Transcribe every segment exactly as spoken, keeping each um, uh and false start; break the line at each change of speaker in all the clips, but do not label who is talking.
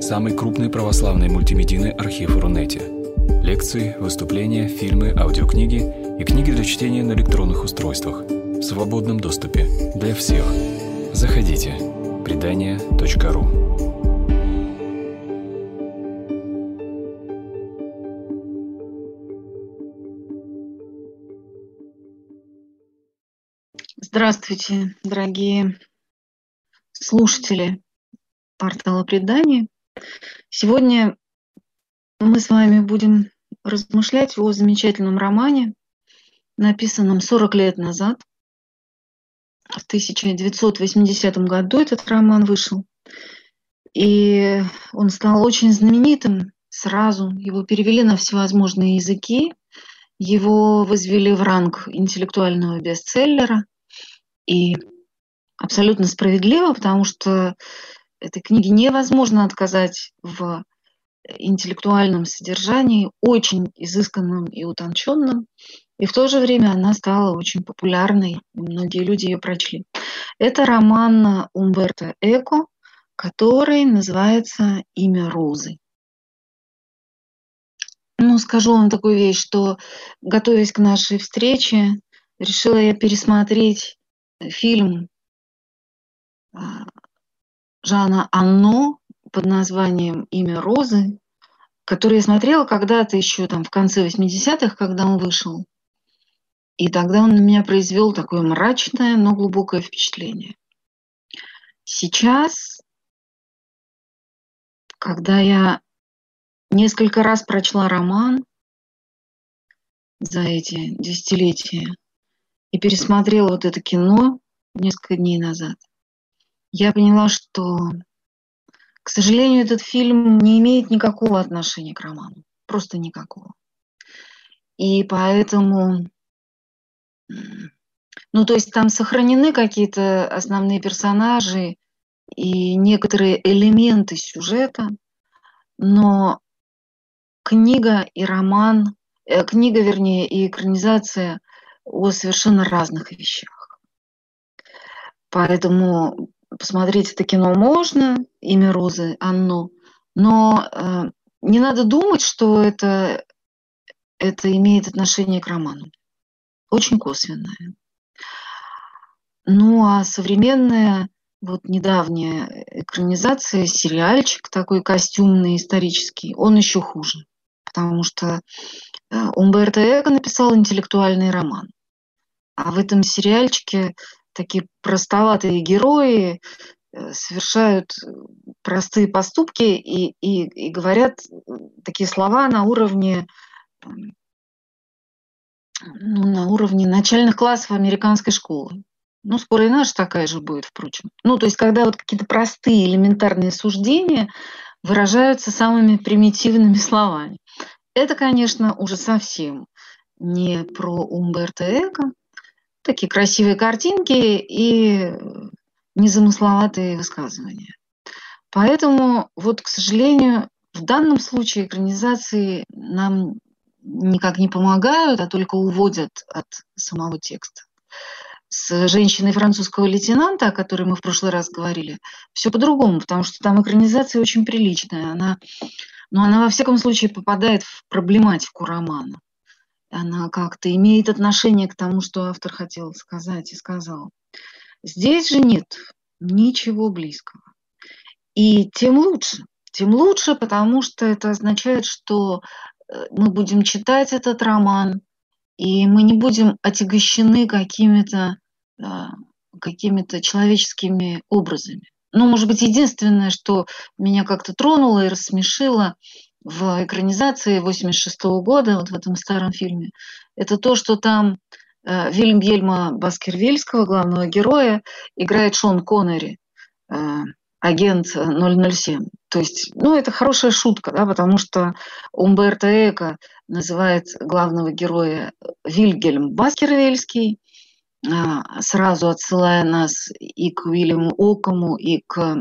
самый крупный православный мультимедийный архив Рунете. Лекции, выступления, фильмы, аудиокниги и книги для чтения на электронных устройствах в свободном доступе для всех. Заходите. предания точка ру.
Здравствуйте, дорогие слушатели портала «Предания». Сегодня мы с вами будем размышлять о замечательном романе, написанном сорок лет назад. В тысяча девятьсот восьмидесятом году этот роман вышел. И он стал очень знаменитым сразу. Его перевели на всевозможные языки. Его возвели в ранг интеллектуального бестселлера. И абсолютно справедливо, потому что этой книге невозможно отказать в интеллектуальном содержании, очень изысканном и утонченном. И в то же время она стала очень популярной, и многие люди ее прочли. Это роман Умберто Эко, который называется «Имя Розы». Ну, скажу вам такую вещь, что, готовясь к нашей встрече, решила я пересмотреть фильм Жана Анно под названием «Имя Розы», который я смотрела когда-то еще там в конце восьмидесятых, когда он вышел. И тогда он на меня произвел такое мрачное, но глубокое впечатление. Сейчас, когда я несколько раз прочла роман за эти десятилетия и пересмотрела вот это кино несколько дней назад, я поняла, что, к сожалению, этот фильм не имеет никакого отношения к роману. Просто никакого. И поэтому... Ну, то есть там сохранены какие-то основные персонажи и некоторые элементы сюжета, но книга и роман, э, книга, вернее, и экранизация о совершенно разных вещах. Поэтому посмотреть это кино можно, «Имя Розы», Анно, но э, не надо думать, что это, это имеет отношение к роману. Очень косвенное. Ну, а современная, вот недавняя экранизация, сериальчик такой костюмный, исторический, он еще хуже. Потому что Умберто Эко написал интеллектуальный роман. А в этом сериальчике такие простоватые герои совершают простые поступки и, и, и говорят такие слова на уровне, ну, на уровне начальных классов американской школы. Ну, скоро и наша такая же будет, впрочем. Ну, то есть, когда вот какие-то простые элементарные суждения выражаются самыми примитивными словами. Это, конечно, уже совсем не про Умберто Эко. Такие красивые картинки и незамысловатые высказывания. Поэтому, вот, к сожалению, в данном случае экранизации нам никак не помогают, а только уводят от самого текста. С «Женщиной французского лейтенанта», о которой мы в прошлый раз говорили, все по-другому, потому что там экранизация очень приличная. Она, но она во всяком случае попадает в проблематику романа. Она как-то имеет отношение к тому, что автор хотел сказать и сказал. Здесь же нет ничего близкого. И тем лучше. Тем лучше, потому что это означает, что мы будем читать этот роман, и мы не будем отягощены какими-то какими-то человеческими образами. Ну, может быть, единственное, что меня как-то тронуло и рассмешило в экранизации восемьдесят шестого года, вот в этом старом фильме, это то, что там э, Вильгельма Баскервильского, главного героя, играет Шон Коннери, э, агент ноль ноль семь. То есть, ну, это хорошая шутка, да, потому что Умберто Эко называет главного героя Вильгельм Баскервильский, сразу отсылая нас и к Уильяму Окому, и к,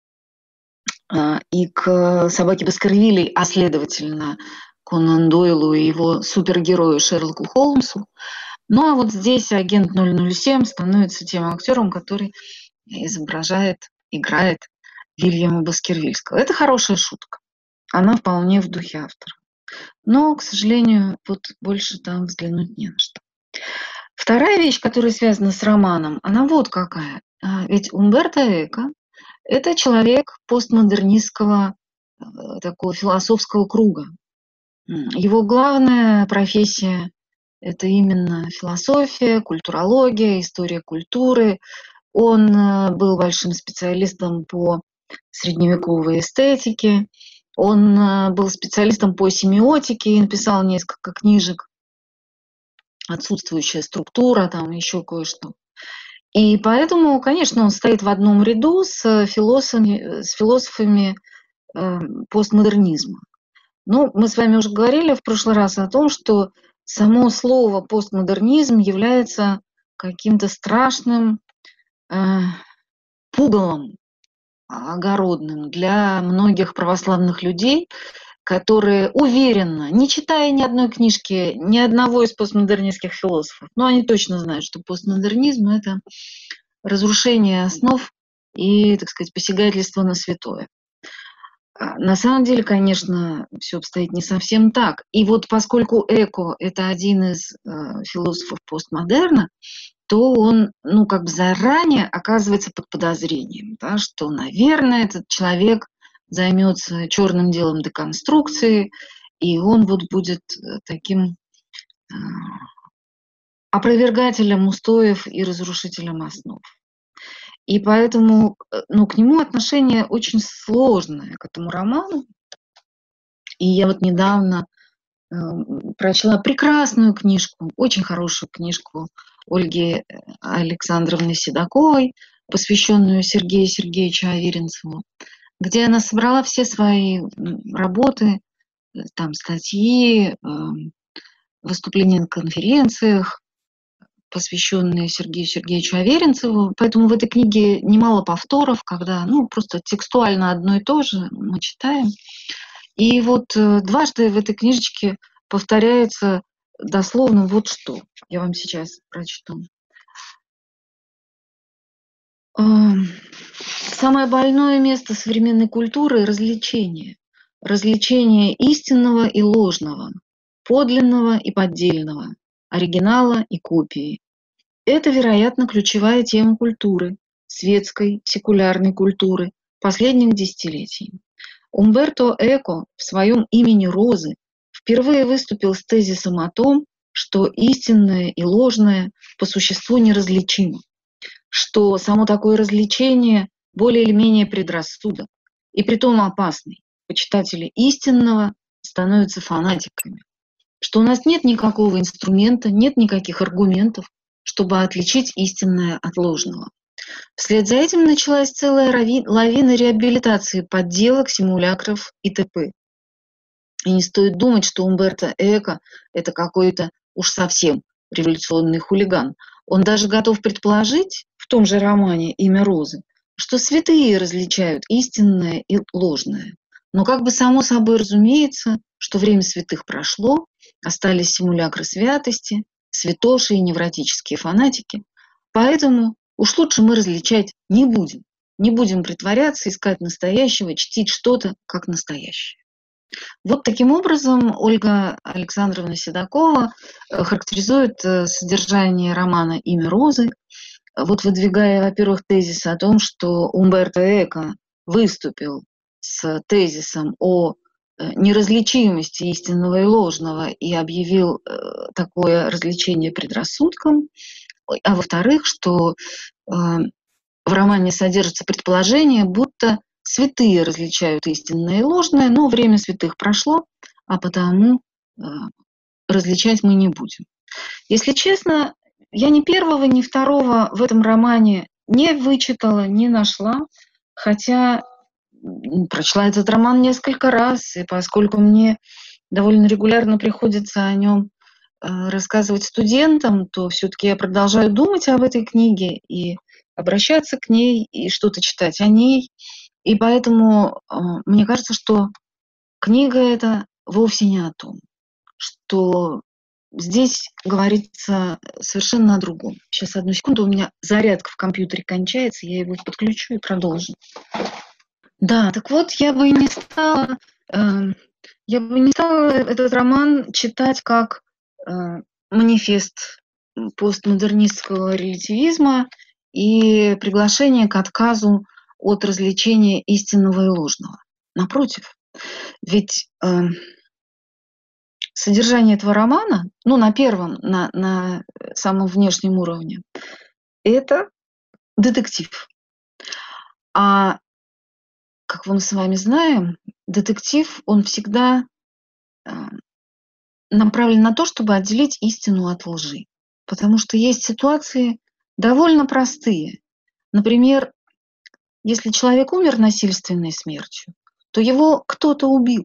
и к собаке Баскервилей, а следовательно Конан Дойлу и его супергерою Шерлоку Холмсу. Ну а вот здесь агент ноль ноль семь становится тем актером, который изображает, играет Вильяма Баскервильского. Это хорошая шутка. Она вполне в духе автора. Но, к сожалению, вот больше там взглянуть не на что. Вторая вещь, которая связана с романом, она вот какая. Ведь Умберто Эко – это человек постмодернистского такого философского круга. Его главная профессия – это именно философия, культурология, история культуры. Он был большим специалистом по средневековой эстетике, он был специалистом по семиотике и написал несколько книжек «Отсутствующая структура», там еще кое-что. И поэтому, конечно, он стоит в одном ряду с философами, с философами э, постмодернизма. Ну, мы с вами уже говорили в прошлый раз о том, что само слово постмодернизм является каким-то страшным э, пугалом огородным для многих православных людей, которые уверенно, не читая ни одной книжки, ни одного из постмодернистских философов, но они точно знают, что постмодернизм – это разрушение основ и, так сказать, посягательство на святое. На самом деле, конечно, все обстоит не совсем так. И вот поскольку Эко – это один из э, философов постмодерна, то он, ну, как бы заранее оказывается под подозрением, да, что, наверное, этот человек займется черным делом деконструкции, и он вот будет таким э, опровергателем устоев и разрушителем основ. И поэтому, ну, к нему отношение очень сложное, к этому роману. И я вот недавно э, прочла прекрасную книжку, очень хорошую книжку Ольги Александровны Седоковой, посвященную Сергею Сергеевичу Аверинцеву, где она собрала все свои работы, там статьи, выступления на конференциях, посвященные Сергею Сергеевичу Аверинцеву. Поэтому в этой книге немало повторов, когда, ну, просто текстуально одно и то же мы читаем. И вот дважды в этой книжечке повторяется дословно вот что. Я вам сейчас прочту. Самое больное место современной культуры – развлечение. Развлечение истинного и ложного, подлинного и поддельного, оригинала и копии. Это, вероятно, ключевая тема культуры, светской, секулярной культуры последних десятилетий. Умберто Эко в своем «Имени Розы» впервые выступил с тезисом о том, что истинное и ложное по существу неразличимо, что само такое развлечение более или менее предрассудок, и притом опасный. Почитатели истинного становятся фанатиками, что у нас нет никакого инструмента, нет никаких аргументов, чтобы отличить истинное от ложного. Вслед за этим началась целая лавина реабилитации подделок, симулякров и т.п. И не стоит думать, что Умберто Эко – это какой-то уж совсем революционный хулиган. Он даже готов предположить в том же романе «Имя Розы», что святые различают истинное и ложное. Но как бы само собой разумеется, что время святых прошло, остались симулякры святости, святоши и невротические фанатики. Поэтому уж лучше мы различать не будем. Не будем притворяться, искать настоящего, чтить что-то как настоящее. Вот таким образом Ольга Александровна Седокова характеризует содержание романа «Имя Розы», вот выдвигая, во-первых, тезис о том, что Умберто Эко выступил с тезисом о неразличимости истинного и ложного и объявил такое различение предрассудком, а во-вторых, что в романе содержится предположение, будто святые различают истинное и ложное, но время святых прошло, а потому различать мы не будем. Если честно, я ни первого, ни второго в этом романе не вычитала, не нашла, хотя прочла этот роман несколько раз, и поскольку мне довольно регулярно приходится о нем рассказывать студентам, то все-таки я продолжаю думать об этой книге и обращаться к ней, и что-то читать о ней. И поэтому мне кажется, что книга эта вовсе не о том, что здесь говорится совершенно о другом. Сейчас, одну секунду, у меня зарядка в компьютере кончается, я его подключу и продолжу. Да, так вот, я бы не стала, э, я бы не стала этот роман читать как, э, манифест, м, постмодернистского релятивизма и приглашение к отказу от развлечения истинного и ложного. Напротив, ведь, э, содержание этого романа, ну, на первом, на на, э, самом внешнем уровне, это детектив. А как мы с вами знаем, детектив, он всегда, э, направлен на то, чтобы отделить истину от лжи. Потому что есть ситуации довольно простые. Например, если человек умер насильственной смертью, то его кто-то убил.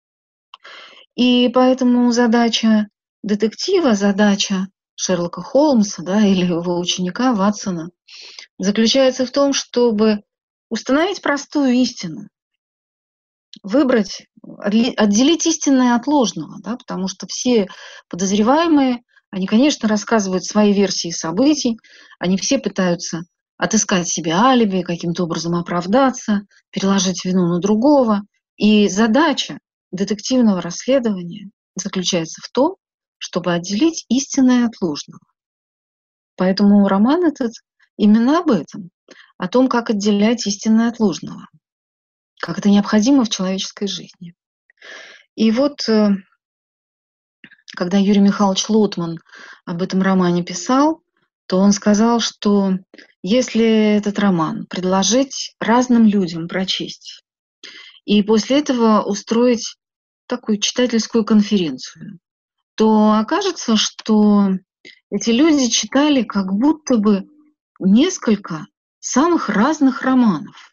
И поэтому задача детектива, задача Шерлока Холмса, да, или его ученика Ватсона заключается в том, чтобы установить простую истину, выбрать, отли отделить истинное от ложного, да, потому что все подозреваемые, они, конечно, рассказывают свои версии событий, они все пытаются отыскать себе алиби, каким-то образом оправдаться, переложить вину на другого. И задача детективного расследования заключается в том, чтобы отделить истинное от ложного. Поэтому роман этот именно об этом, о том, как отделять истинное от ложного, как это необходимо в человеческой жизни. И вот, э, когда Юрий Михайлович Лотман об этом романе писал, то он сказал, что если этот роман предложить разным людям прочесть и после этого устроить такую читательскую конференцию, то окажется, что эти люди читали как будто бы несколько самых разных романов.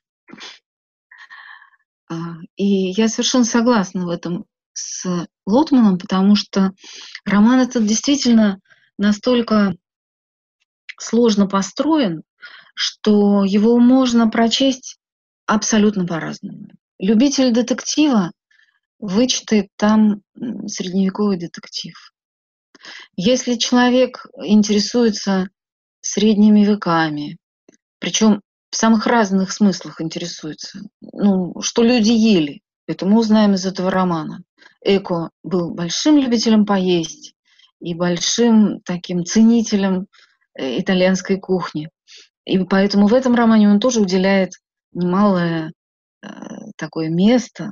А, и я совершенно согласна в этом с Лотманом, потому что роман этот действительно настолько сложно построен, что его можно прочесть абсолютно по-разному. Любитель детектива вычитает там, м, средневековый детектив. Если человек интересуется средними веками, причем в самых разных смыслах интересуется, ну, что люди ели, это мы узнаем из этого романа. Эко был большим любителем поесть и большим таким ценителем, э, итальянской кухни. И поэтому в этом романе он тоже уделяет немалое, э, такое место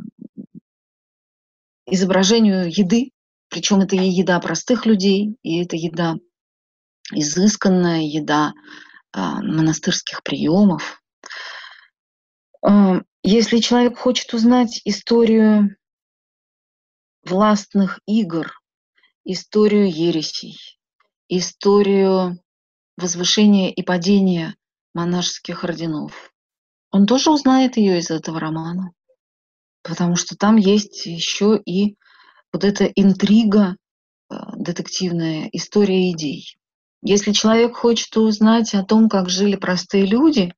изображению еды. Причем это и еда простых людей, и это еда изысканная, еда, а, монастырских приемов. А, если человек хочет узнать историю властных игр, историю ересей, историю возвышения и падения монашеских орденов, он тоже узнает ее из этого романа, потому что там есть еще и вот эта интрига, а, детективная, история идей. Если человек хочет узнать о том, как жили простые люди,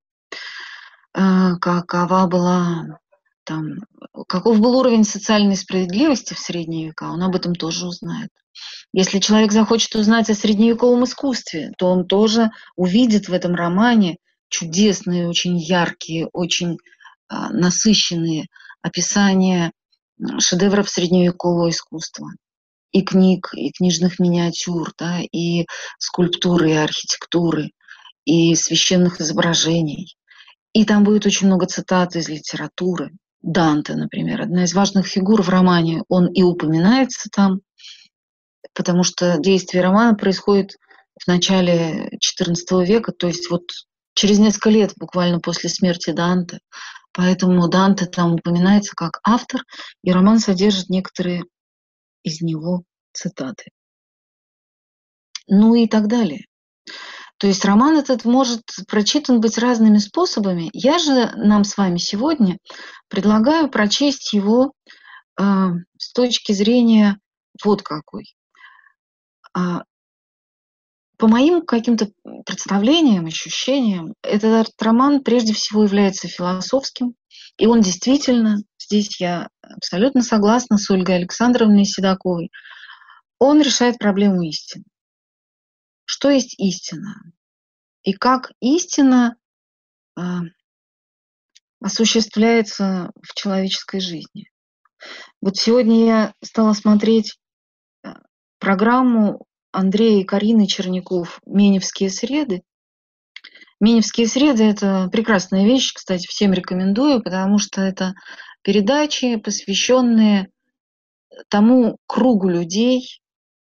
а, какова была там, каков был уровень социальной справедливости в средние века, он об этом тоже узнает. Если человек захочет узнать о средневековом искусстве, то он тоже увидит в этом романе чудесные, очень яркие, очень, а, насыщенные описания, м, шедевров средневекового искусства. И книг, и книжных миниатюр, да, и скульптуры, и архитектуры, и священных изображений. И там будет очень много цитат из литературы. Данте, например, одна из важных фигур в романе, он и упоминается там, потому что действие романа происходит в начале четырнадцатого века, то есть вот через несколько лет буквально после смерти Данте. Поэтому Данте там упоминается как автор, и роман содержит некоторые из него цитаты. Ну и так далее. То есть роман этот может прочитан быть разными способами. Я же нам с вами сегодня предлагаю прочесть его, а, с точки зрения вот какой. А, по моим каким-то представлениям, ощущениям, этот роман прежде всего является философским, и он действительно, здесь я абсолютно согласна с Ольгой Александровной Седоковой, он решает проблему истины. Что есть истина? И как истина, а осуществляется в человеческой жизни. Вот сегодня я стала смотреть программу Андрея и Карины Черняков «Меневские среды». «Меневские среды» — это прекрасная вещь, кстати, всем рекомендую, потому что это передачи, посвященные тому кругу людей,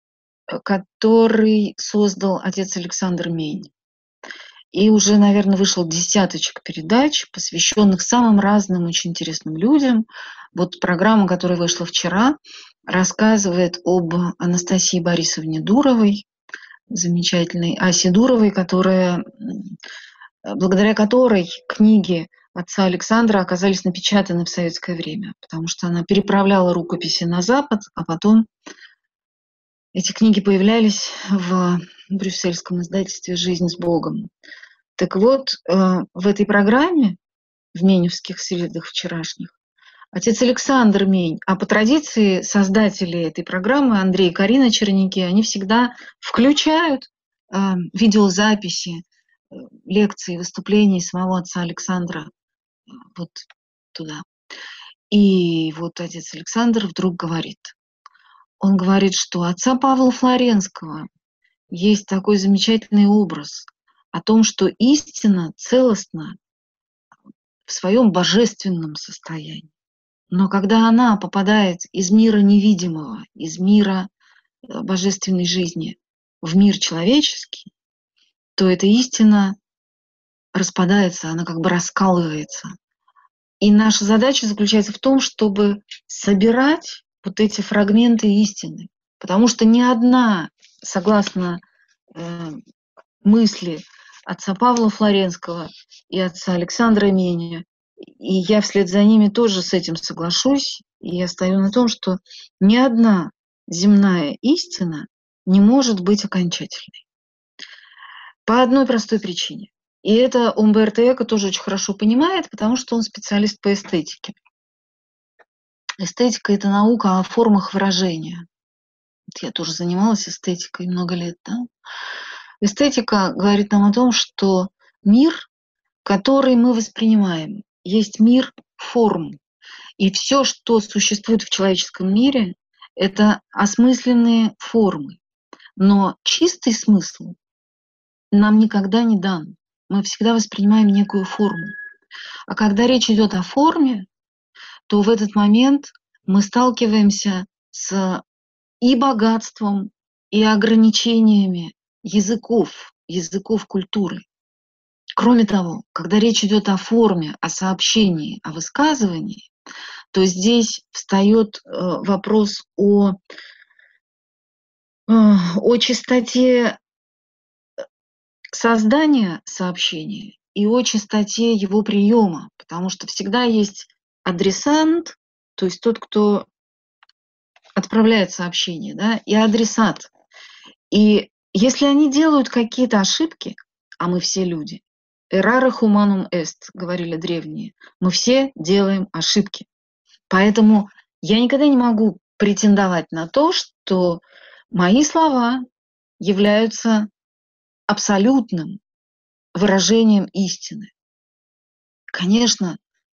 который создал отец Александр Мень. И уже, наверное, вышел десяточек передач, посвященных самым разным, очень интересным людям. Вот программа, которая вышла вчера, рассказывает об Анастасии Борисовне Дуровой, замечательной Асе Дуровой, которая, благодаря которой книги отца Александра оказались напечатаны в советское время, потому что она переправляла рукописи на Запад, а потом эти книги появлялись в брюссельском издательстве «Жизнь с Богом». Так вот, в этой программе, в Меневских средах вчерашних, отец Александр Мень, а по традиции создатели этой программы, Андрей и Карина Черняки, они всегда включают видеозаписи лекций, выступлений самого отца Александра вот туда. И вот отец Александр вдруг говорит, он говорит, что у отца Павла Флоренского есть такой замечательный образ о том, что истина целостна в своем божественном состоянии. Но когда она попадает из мира невидимого, из мира божественной жизни в мир человеческий, то эта истина распадается, она как бы раскалывается. И наша задача заключается в том, чтобы собирать вот эти фрагменты истины. Потому что ни одна, согласно э, мысли отца Павла Флоренского и отца Александра Меня, и я вслед за ними тоже с этим соглашусь, и я стою на том, что ни одна земная истина не может быть окончательной. По одной простой причине. И это Умберто Эко тоже очень хорошо понимает, потому что он специалист по эстетике. Эстетика – это наука о формах выражения. Я тоже занималась эстетикой много лет. Да? Эстетика говорит нам о том, что мир, который мы воспринимаем, есть мир форм. И все, что существует в человеческом мире, это осмысленные формы. Но чистый смысл нам никогда не дан. Мы всегда воспринимаем некую форму. А когда речь идет о форме, то в этот момент мы сталкиваемся с и богатством, и ограничениями языков, языков культуры. Кроме того, когда речь идет о форме, о сообщении, о высказывании, то здесь встает вопрос о, о чистоте создания сообщения и о чистоте его приема, потому что всегда есть адресант, то есть тот, кто отправляет сообщение, да, и адресат. И если они делают какие-то ошибки, а мы все люди, errare humanum est, говорили древние, мы все делаем ошибки. Поэтому я никогда не могу претендовать на то, что мои слова являются абсолютным выражением истины. Конечно,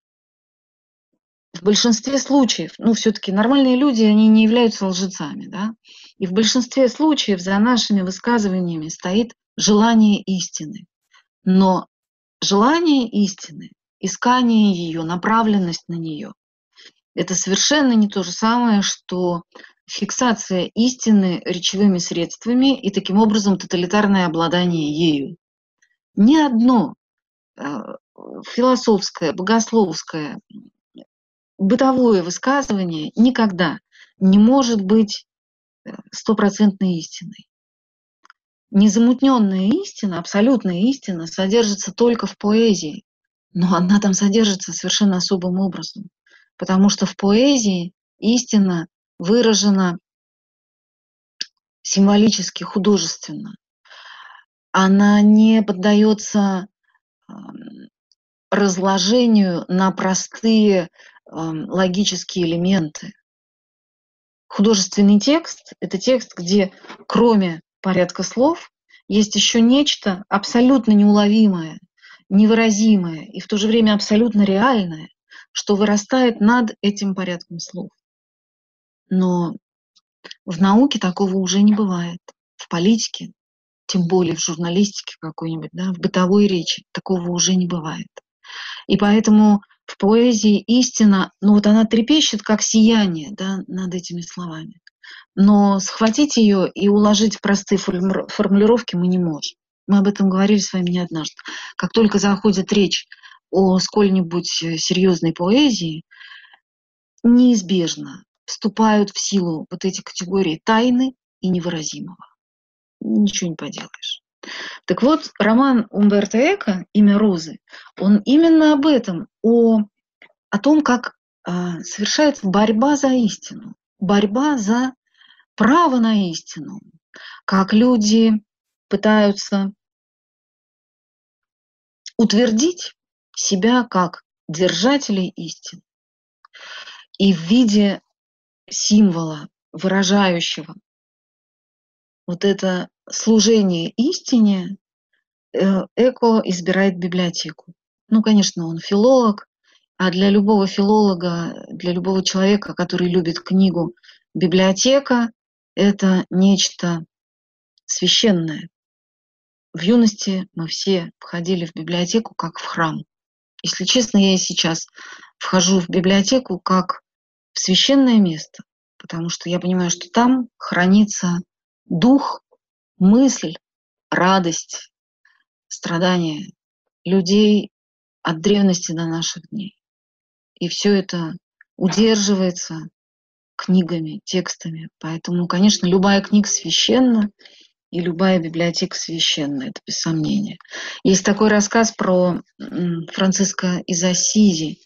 в большинстве случаев, ну, все-таки нормальные люди, они не являются лжецами, да, и в большинстве случаев за нашими высказываниями стоит желание истины. Но желание истины, искание ее, направленность на нее, это совершенно не то же самое, что фиксация истины речевыми средствами и таким образом тоталитарное обладание ею. Ни одно э, философское, богословское, бытовое высказывание никогда не может быть стопроцентной истиной. Незамутненная истина, абсолютная истина содержится только в поэзии, но она там содержится совершенно особым образом, потому что в поэзии истина выражена символически, художественно. Она не поддается разложению на простые логические элементы. Художественный текст – это текст, где кроме порядка слов есть еще нечто абсолютно неуловимое, невыразимое и в то же время абсолютно реальное, что вырастает над этим порядком слов. Но в науке такого уже не бывает. В политике, тем более в журналистике какой-нибудь, да, в бытовой речи такого уже не бывает. И поэтому в поэзии истина, ну вот она трепещет, как сияние, да, над этими словами. Но схватить ее и уложить в простые формулировки мы не можем. Мы об этом говорили с вами не однажды. Как только заходит речь о сколь-нибудь серьезной поэзии, неизбежно вступают в силу вот эти категории тайны и невыразимого. Ничего не поделаешь. Так вот, роман Умберто Эко «Имя Розы», он именно об этом, о, о том, как э, совершается борьба за истину, борьба за право на истину, как люди пытаются утвердить себя как держателей истины. И в виде символа, выражающего вот это служение истине, Эко избирает библиотеку. Ну, конечно, он филолог, а для любого филолога, для любого человека, который любит книгу, библиотека – это нечто священное. В юности мы все входили в библиотеку как в храм. Если честно, я и сейчас вхожу в библиотеку как в священное место, потому что я понимаю, что там хранится дух, мысль, радость, страдания людей от древности до наших дней. И все это удерживается книгами, текстами. Поэтому, конечно, любая книга священна, и любая библиотека священна, это без сомнения. Есть такой рассказ про Франциска из Ассизи,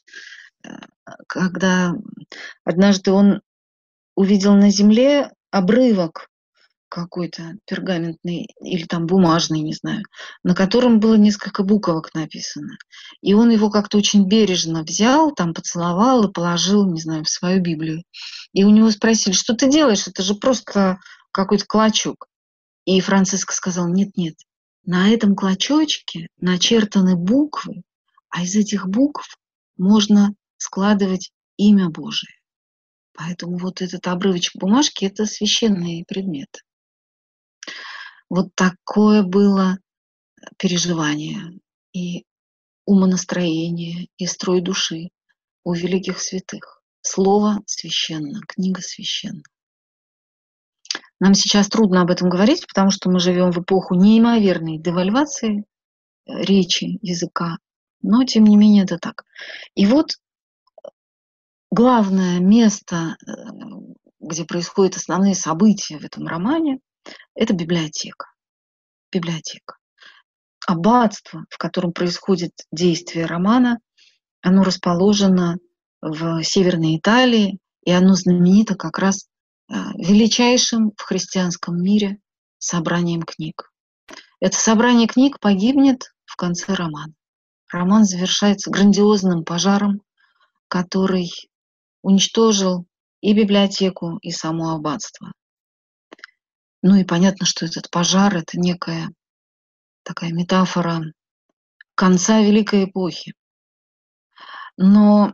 когда однажды он увидел на земле обрывок какой-то пергаментный или там бумажный, не знаю, на котором было несколько буквок написано. И он его как-то очень бережно взял, там поцеловал и положил, не знаю, в свою Библию. И у него спросили, что ты делаешь? Это же просто какой-то клочок. И Франциск сказал, нет-нет, на этом клочочке начертаны буквы, а из этих букв можно складывать имя Божие. Поэтому вот этот обрывочек бумажки – это священный предмет. Вот такое было переживание и умонастроение, и строй души у великих святых. Слово священно, книга священна. Нам сейчас трудно об этом говорить, потому что мы живем в эпоху неимоверной девальвации речи, языка, но тем не менее это так. И вот главное место, где происходят основные события в этом романе, это библиотека. Библиотека. Аббатство, в котором происходит действие романа, оно расположено в Северной Италии, и оно знаменито как раз величайшим в христианском мире собранием книг. Это собрание книг погибнет в конце романа. Роман завершается грандиозным пожаром, который уничтожил и библиотеку, и само аббатство. Ну и понятно, что этот пожар – это некая такая метафора конца Великой эпохи. Но,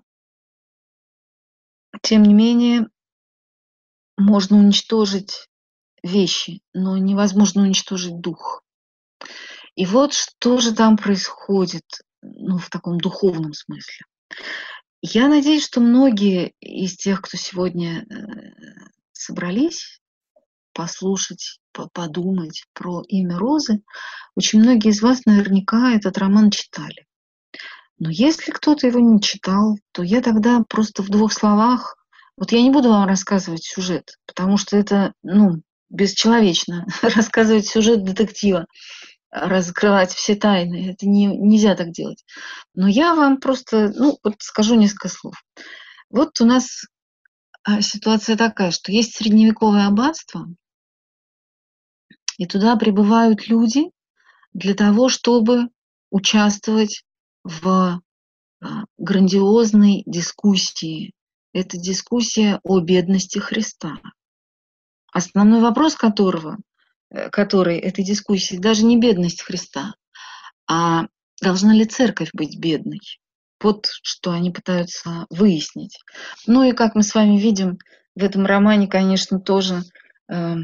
тем не менее, можно уничтожить вещи, но невозможно уничтожить дух. И вот что же там происходит, ну, в таком духовном смысле. Я надеюсь, что многие из тех, кто сегодня собрались послушать, подумать про «Имя Розы», очень многие из вас наверняка этот роман читали. Но если кто-то его не читал, то я тогда просто в двух словах, вот я не буду вам рассказывать сюжет, потому что это, ну, бесчеловечно рассказывать сюжет детектива, раскрывать все тайны, это не, нельзя так делать. Но я вам просто, ну, вот скажу несколько слов. Вот у нас ситуация такая, что есть средневековое аббатство, и туда прибывают люди для того, чтобы участвовать в грандиозной дискуссии. Это дискуссия о бедности Христа. Основной вопрос которого, который этой дискуссии, даже не бедность Христа, а Должна ли церковь быть бедной? Вот что они пытаются выяснить. Ну и как мы с вами видим, в этом романе, конечно, тоже э,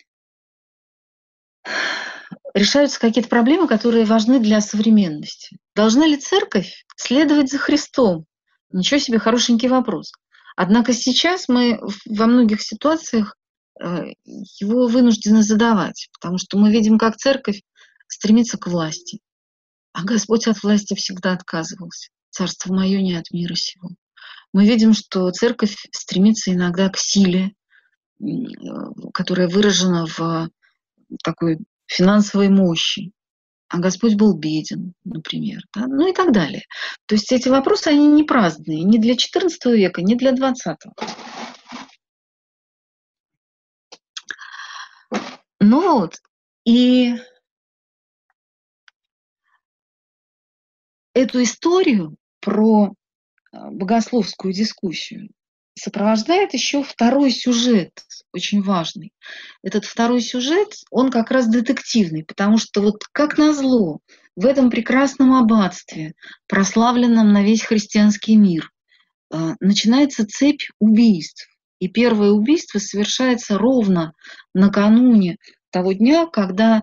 решаются какие-то проблемы, которые важны для современности. Должна ли церковь следовать за Христом? Ничего себе, хорошенький вопрос. Однако сейчас мы во многих ситуациях э, его вынуждены задавать, потому что мы видим, как церковь стремится к власти, а Господь от власти всегда отказывался. Царство мое не от мира сего. Мы видим, что церковь стремится иногда к силе, которая выражена в такой финансовой мощи, а Господь был беден, например, да? Ну и так далее. То есть эти вопросы, они не праздные, ни для четырнадцатого века, ни для двадцатого. Ну вот, и эту историю про богословскую дискуссию сопровождает еще второй сюжет, очень важный. Этот второй сюжет, он как раз детективный, потому что вот как назло в этом прекрасном аббатстве, прославленном на весь христианский мир, начинается цепь убийств. И первое убийство совершается ровно накануне того дня, когда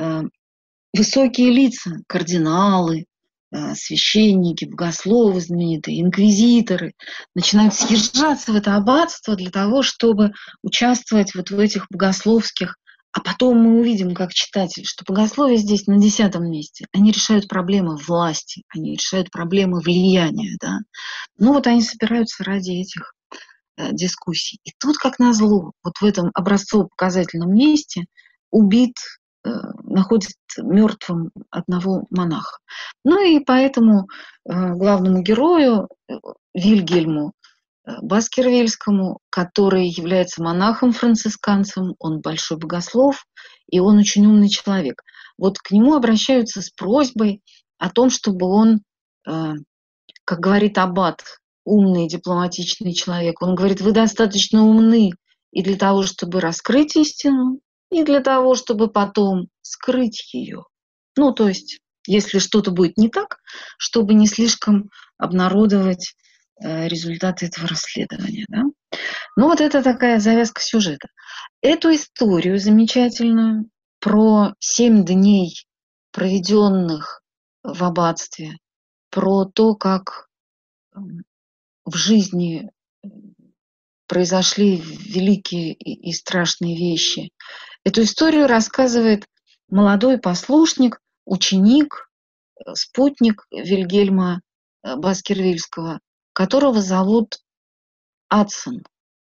высокие лица, кардиналы, священники, богословы знаменитые, инквизиторы начинают съезжаться в это аббатство для того, чтобы участвовать вот в этих богословских. А потом мы увидим, как читатель, что богословие здесь на десятом месте. Они решают проблемы власти, они решают проблемы влияния. Да? Ну вот они собираются ради этих э, дискуссий. И тут, как назло, вот в этом образцово-показательном месте убит находит мертвым одного монаха. Ну и поэтому главному герою Вильгельму Баскервильскому, который является монахом-францисканцем, он большой богослов, и он очень умный человек. Вот к нему обращаются с просьбой о том, чтобы он, как говорит аббат, умный, дипломатичный человек, он говорит, вы достаточно умны и для того, чтобы раскрыть истину, и для того, чтобы потом скрыть ее. Ну, то есть, если что-то будет не так, чтобы не слишком обнародовать э, результаты этого расследования. Да? Ну, вот это такая завязка сюжета. Эту историю замечательную про семь дней, проведенных в аббатстве, про то, как в жизни произошли великие и страшные вещи. Эту историю рассказывает молодой послушник, ученик, спутник Вильгельма Баскервильского, которого зовут Адсон.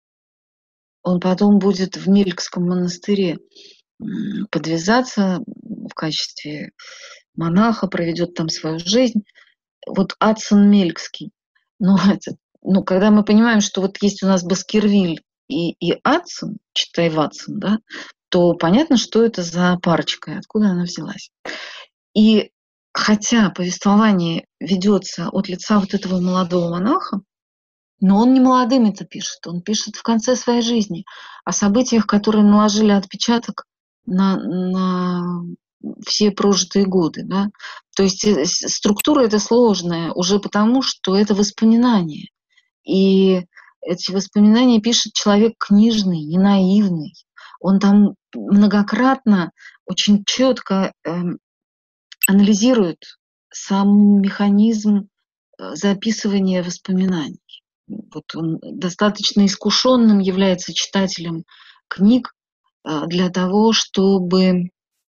Он потом будет в Мелькском монастыре подвязаться в качестве монаха, проведет там свою жизнь. Вот Адсон Мелькский. Но это, ну, когда мы понимаем, что вот есть у нас Баскервиль и, и Адсон, читай Ватсон, да, то понятно, что это за парочка, откуда она взялась. И хотя повествование ведется от лица вот этого молодого монаха, но он не молодым это пишет, он пишет в конце своей жизни о событиях, которые наложили отпечаток на, на все прожитые годы. Да? То есть структура эта сложная уже потому, что это воспоминания. И эти воспоминания пишет человек книжный, не наивный. Он там многократно, очень четко э, анализирует сам механизм записывания воспоминаний. Вот он достаточно искушенным является читателем книг э, для того, чтобы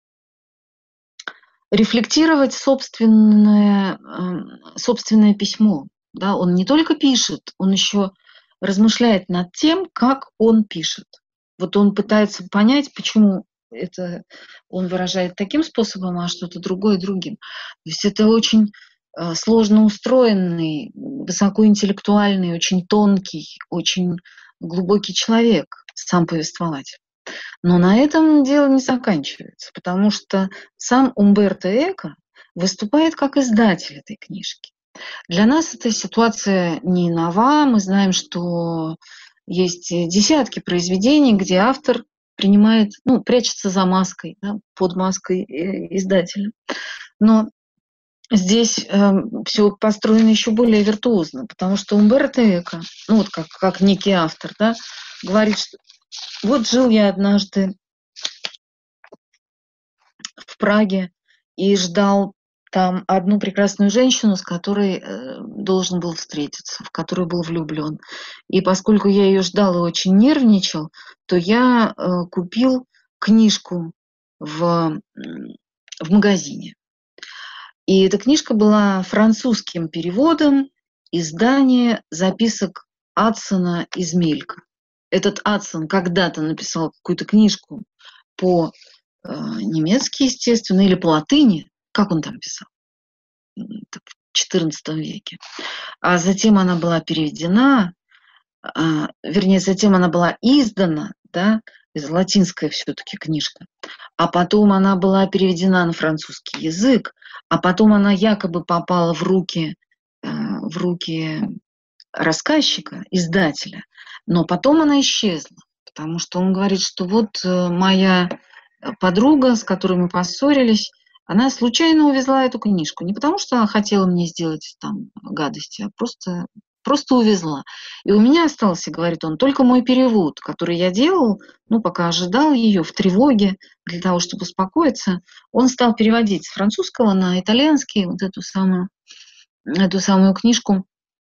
рефлектировать собственное, э, собственное письмо. Да? Он не только пишет, он еще размышляет над тем, как он пишет. Вот он пытается понять, почему это он выражает таким способом, а что-то другое другим. То есть это очень э, сложно устроенный, высокоинтеллектуальный, очень тонкий, очень глубокий человек, сам повествователь. Но на этом дело не заканчивается, потому что сам Умберто Эко выступает как издатель этой книжки. Для нас эта ситуация не нова. Мы знаем, что есть десятки произведений, где автор принимает, ну, прячется за маской, да, под маской издателя. Но Здесь э, все построено еще более виртуозно, потому что Умберто Эко, ну вот как, как некий автор, да, говорит, что вот жил я однажды в Праге и ждал там одну прекрасную женщину, с которой э, должен был встретиться, в которую был влюблен. И поскольку я ее ждал и очень нервничал, то я э, купил книжку в, м, в магазине. И эта книжка была французским переводом издания записок Адсона из Мелька. Этот Адсон когда-то написал какую-то книжку по-немецки, естественно, или по-латыни. Как он там писал? Это в четырнадцатом веке. А затем она была переведена, а, вернее, затем она была издана, да, латинская все-таки книжка, а потом она была переведена на французский язык, а потом она якобы попала в руки, э, в руки рассказчика, издателя, но потом она исчезла, потому что он говорит, что вот э, моя подруга, с которой мы поссорились, она случайно увезла эту книжку. Не потому, что она хотела мне сделать там гадости, а просто, просто увезла. И у меня остался, говорит он, только мой перевод, который я делал, ну, пока ожидал ее в тревоге, для того, чтобы успокоиться. Он стал переводить с французского на итальянский вот эту самую, эту самую книжку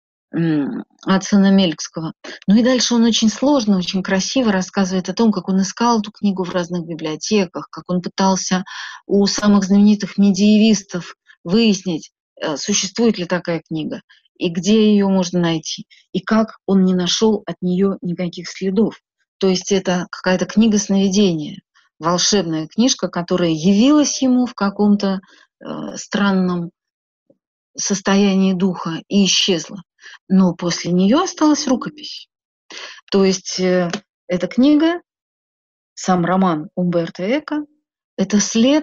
Адсона Мелькского. Ну и дальше он очень сложно, очень красиво рассказывает о том, как он искал эту книгу в разных библиотеках, как он пытался у самых знаменитых медиевистов выяснить, существует ли такая книга, и где ее можно найти, и как он не нашел от нее никаких следов. То есть это какая-то книга сновидения, волшебная книжка, которая явилась ему в каком-то э, странном состоянии духа и исчезла. Но после нее осталась рукопись. То есть э, эта книга, сам роман Умберто Эко, это след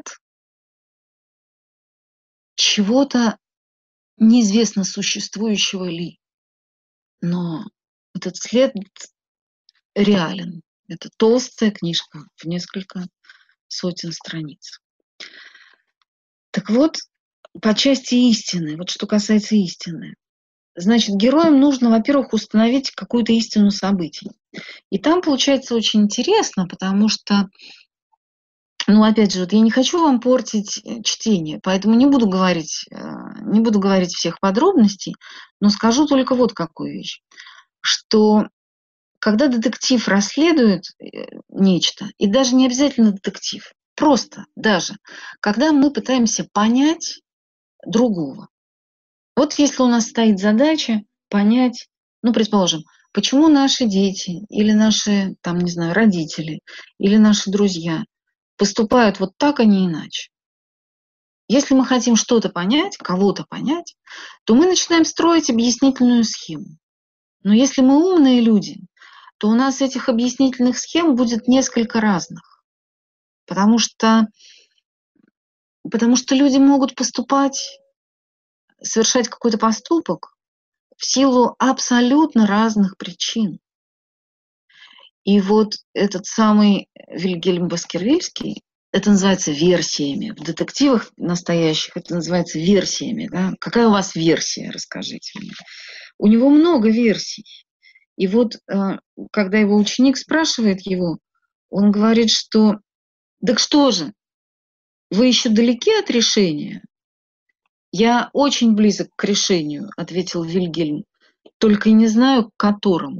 чего-то неизвестно существующего ли. Но этот след реален. Это толстая книжка в несколько сотен страниц. Так вот, по части истины, вот что касается истины. Значит, героям нужно, во-первых, установить какую-то истину событий. И там получается очень интересно, потому что, ну, опять же, вот я не хочу вам портить чтение, поэтому не буду говорить, не буду говорить всех подробностей, но скажу только вот какую вещь, что когда детектив расследует нечто, и даже не обязательно детектив, просто даже, когда мы пытаемся понять другого. Вот если у нас стоит задача понять, ну, предположим, почему наши дети или наши, там, не знаю, родители или наши друзья поступают вот так, а не иначе. Если мы хотим что-то понять, кого-то понять, то мы начинаем строить объяснительную схему. Но если мы умные люди, то у нас этих объяснительных схем будет несколько разных. Потому что, потому что люди могут поступать, совершать какой-то поступок в силу абсолютно разных причин. И вот этот самый Вильгельм Баскервильский, это называется версиями. В детективах настоящих это называется версиями. Да? Какая у вас версия, расскажите мне. У него много версий. И вот когда его ученик спрашивает его, он говорит, что «Так что же, вы еще далеки от решения?» «Я очень близок к решению», — ответил Вильгельм, «только и не знаю, к которому».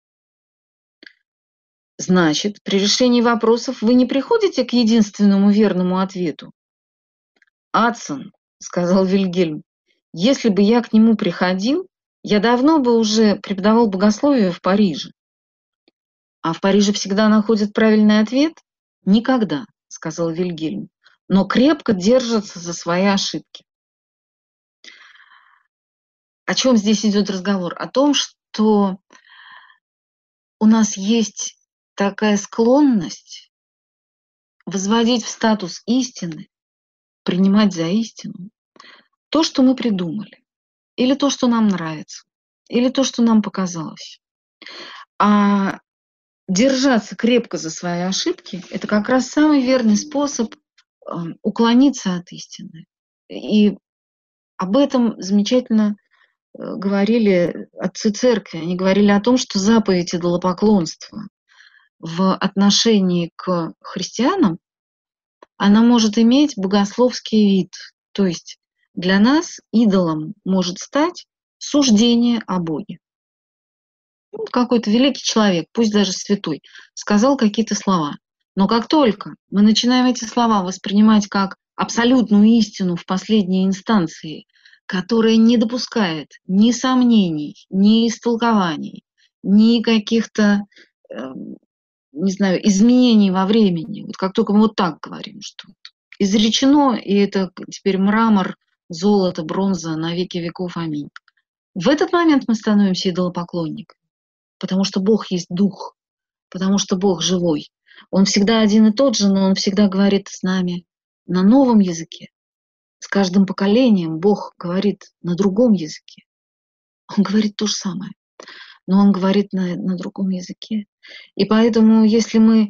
«Значит, при решении вопросов вы не приходите к единственному верному ответу?» «Адсон», — сказал Вильгельм, «если бы я к нему приходил, я давно бы уже преподавал богословие в Париже». «А в Париже всегда находят правильный ответ?» «Никогда», — сказал Вильгельм, «но крепко держатся за свои ошибки». О чем здесь идет разговор? О том, что у нас есть такая склонность возводить в статус истины, принимать за истину то, что мы придумали, или то, что нам нравится, или то, что нам показалось. А держаться крепко за свои ошибки – это как раз самый верный способ уклониться от истины и об этом замечательно говорили отцы церкви. Они говорили о том, что заповедь идолопоклонства в отношении к христианам, она может иметь богословский вид. То есть для нас идолом может стать суждение о Боге. Какой-то великий человек, пусть даже святой, сказал какие-то слова. Но как только мы начинаем эти слова воспринимать как абсолютную истину в последней инстанции, которая не допускает ни сомнений, ни истолкований, ни каких-то, э, не знаю, изменений во времени. Вот как только мы вот так говорим, что изречено, и это теперь мрамор, золото, бронза на веки веков, аминь. В этот момент мы становимся идолопоклонниками, потому что Бог есть Дух, потому что Бог живой. Он всегда один и тот же, но Он всегда говорит с нами на новом языке. С каждым поколением Бог говорит на другом языке. Он говорит то же самое, но Он говорит на, на другом языке. И поэтому, если мы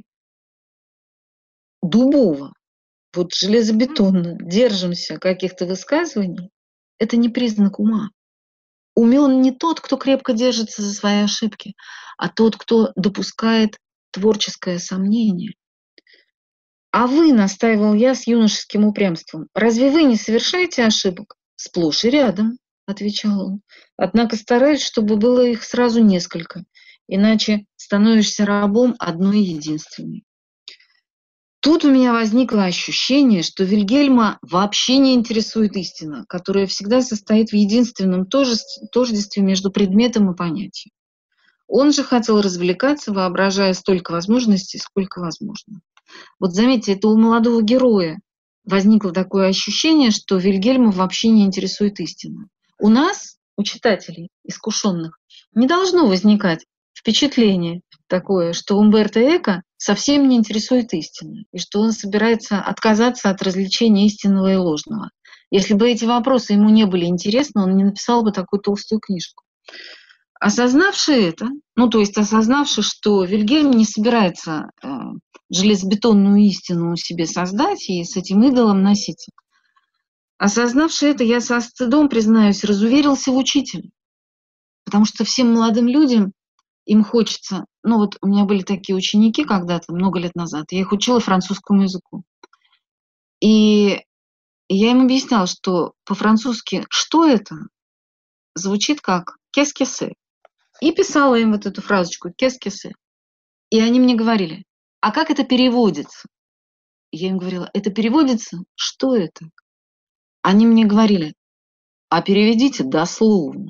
дубово, вот железобетонно держимся каких-то высказываний, это не признак ума. Умён не тот, кто крепко держится за свои ошибки, а тот, кто допускает творческое сомнение. А вы, настаивал я с юношеским упрямством, разве вы не совершаете ошибок? Сплошь и рядом, отвечал он. Однако стараюсь, чтобы было их сразу несколько, иначе становишься рабом одной единственной. Тут у меня возникло ощущение, что Вильгельма вообще не интересует истина, которая всегда состоит в единственном тождестве между предметом и понятием. Он же хотел развлекаться, воображая столько возможностей, сколько возможно. Вот заметьте, это у молодого героя возникло такое ощущение, что Вильгельма вообще не интересует истина. У нас, у читателей искушенных, не должно возникать впечатление такое, что Умберто Эко совсем не интересует истина, и что он собирается отказаться от развлечения истинного и ложного. Если бы эти вопросы ему не были интересны, он не написал бы такую толстую книжку. Осознавши это, ну то есть осознавши, что Вильгельм не собирается э, железобетонную истину себе создать и с этим идолом носиться, осознавши это, я со стыдом, признаюсь, разуверился в учителе. Потому что всем молодым людям им хочется, ну вот у меня были такие ученики когда-то, много лет назад, я их учила французскому языку. И я им объясняла, что по-французски «что это?» звучит как «qu'est-ce que c'est?» И писала им вот эту фразочку «qu'est-ce que c'est?» И они мне говорили, а как это переводится? И я им говорила, это переводится «что это?» Они мне говорили, а переведите дословно.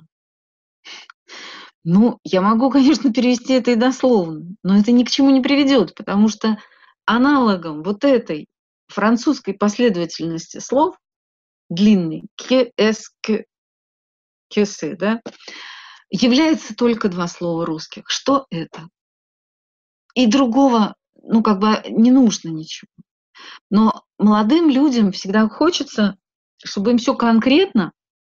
Ну, я могу, конечно, перевести это и дословно, но это ни к чему не приведет, потому что аналогом вот этой французской последовательности слов, длинной, «qu'est-ce que c'est», да, является только два слова русских. Что это? И другого, ну, как бы не нужно ничего. Но молодым людям всегда хочется, чтобы им все конкретно,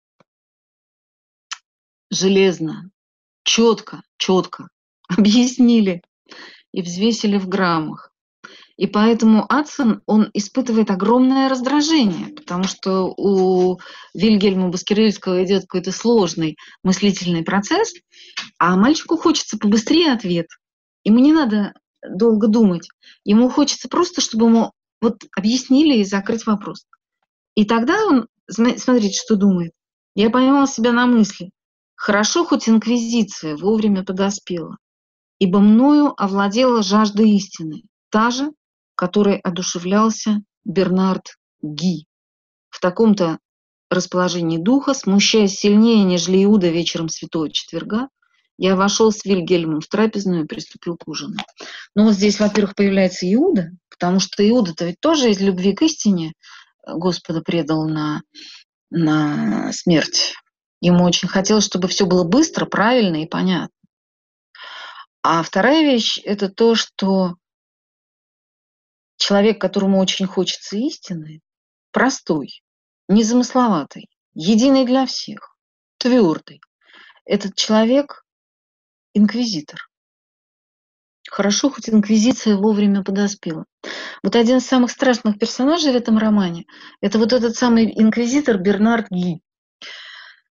железно, четко, четко объяснили и взвесили в граммах. И поэтому Адсон, он испытывает огромное раздражение, потому что у Вильгельма Баскервильского идет какой-то сложный мыслительный процесс, а мальчику хочется побыстрее ответ. Ему не надо долго думать. Ему хочется просто, чтобы ему вот объяснили и закрыть вопрос. И тогда он, смотрите, что думает. Я поймала себя на мысли. Хорошо, хоть инквизиция вовремя подоспела, ибо мною овладела жажда истины, та же, которой одушевлялся Бернард Ги. В таком-то расположении духа, смущаясь сильнее, нежели Иуда вечером Святого Четверга, я вошел с Вильгельмом в трапезную и приступил к ужину. Ну вот здесь, во-первых, появляется Иуда, потому что Иуда-то ведь тоже из любви к истине Господа предал на, на смерть. Ему очень хотелось, чтобы все было быстро, правильно и понятно. А вторая вещь – это то, что человек, которому очень хочется истины, простой, незамысловатый, единый для всех, твердый. Этот человек – инквизитор. Хорошо, хоть инквизиция вовремя подоспела. Вот один из самых страшных персонажей в этом романе – это вот этот самый инквизитор Бернард Ги.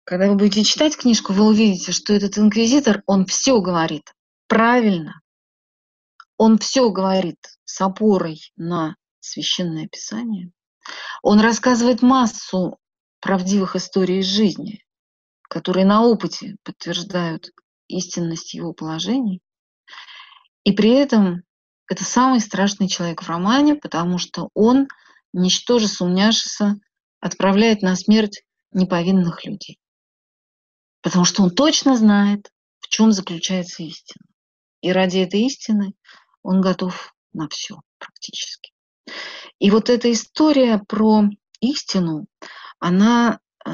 Когда вы будете читать книжку, вы увидите, что этот инквизитор, он все говорит правильно, он все говорит с опорой на Священное Писание, он рассказывает массу правдивых историй из жизни, которые на опыте подтверждают истинность его положений. И при этом это самый страшный человек в романе, потому что он, ничтоже сумняшися, отправляет на смерть неповинных людей. Потому что он точно знает, в чем заключается истина. И ради этой истины он готов на все практически. И вот эта история про истину, она э,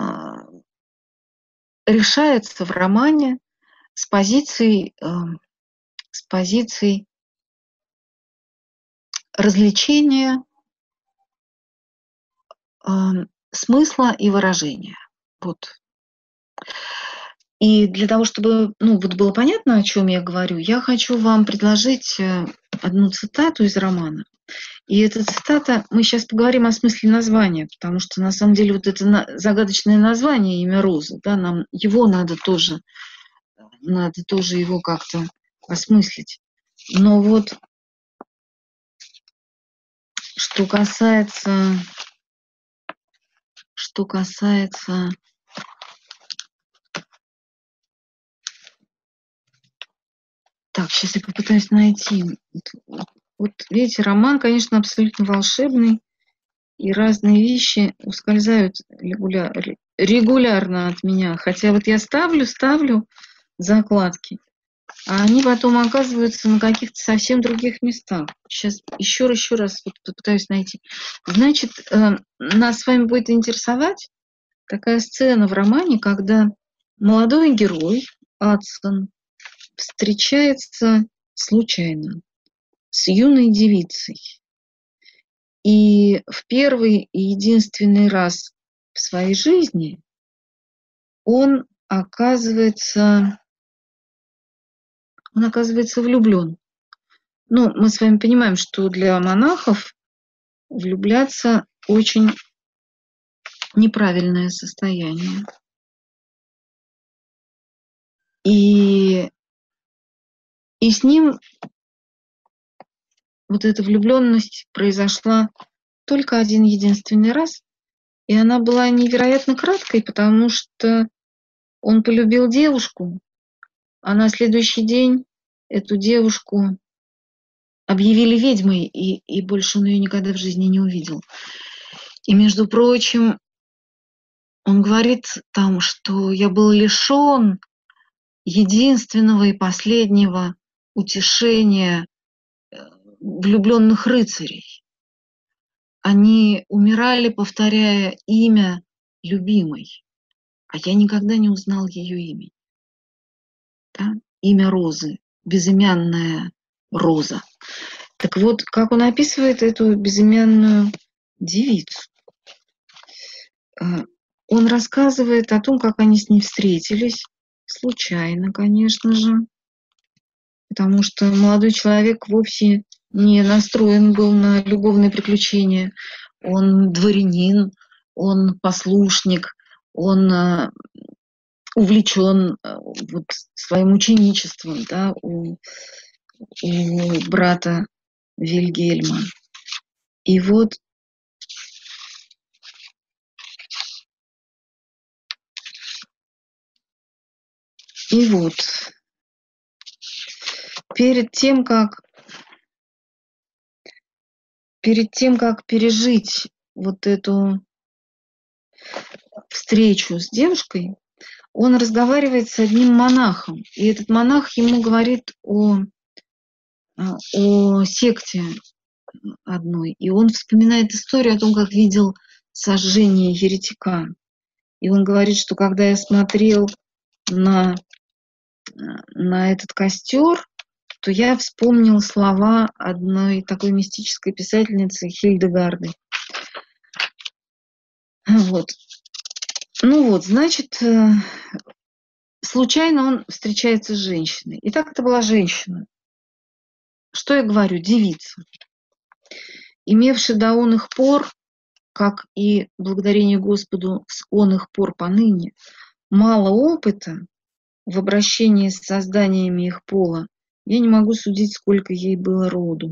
решается в романе с позиции, э, с позиции развлечения, э, смысла и выражения. Вот. И для того, чтобы ну, вот было понятно, о чем я говорю, я хочу вам предложить одну цитату из романа. И эта цитата, мы сейчас поговорим о смысле названия, потому что на самом деле вот это загадочное название «Имя Розы», да, нам его надо тоже, надо тоже его как-то осмыслить. Но вот что касается, что касается Так, сейчас я попытаюсь найти. Вот, вот видите, роман, конечно, абсолютно волшебный, и разные вещи ускользают регуляр, регулярно от меня. Хотя вот я ставлю, ставлю закладки, а они потом оказываются на каких-то совсем других местах. Сейчас еще раз, еще раз вот попытаюсь найти. Значит, э, нас с вами будет интересовать такая сцена в романе, когда молодой герой Адсон встречается случайно с юной девицей. И в первый и единственный раз в своей жизни он оказывается, он оказывается влюблен. Ну, мы с вами понимаем, что для монахов влюбляться очень неправильное состояние. И И с ним вот эта влюбленность произошла только один единственный раз, и она была невероятно краткой, потому что он полюбил девушку, а на следующий день эту девушку объявили ведьмой, и, и больше он ее никогда в жизни не увидел. И, между прочим, он говорит там, что я был лишен единственного и последнего утешения влюбленных рыцарей. Они умирали, повторяя имя любимой, а я никогда не узнал ее имени. Да? Имя Розы, безымянная Роза. Так вот, как он описывает эту безымянную девицу? Он рассказывает о том, как они с ней встретились, случайно, конечно же, потому что молодой человек вовсе не настроен был на любовные приключения. Он дворянин, он послушник, он э, увлечен э, вот, своим ученичеством, да, у, у брата Вильгельма. И вот и вот перед тем, как перед тем, как пережить вот эту встречу с девушкой, он разговаривает с одним монахом. И этот монах ему говорит о, о секте одной. И он вспоминает историю о том, как видел сожжение еретика. И он говорит, что когда я смотрел на, на этот костер, то я вспомнил слова одной такой мистической писательницы Хильдегарды. Вот. Ну вот, значит, случайно он встречается с женщиной. И так это была женщина. Что я говорю? Девица, имевшая до оных пор, как и благодарение Господу с оных пор поныне, мало опыта в обращении с созданиями их пола, я не могу судить, сколько ей было роду.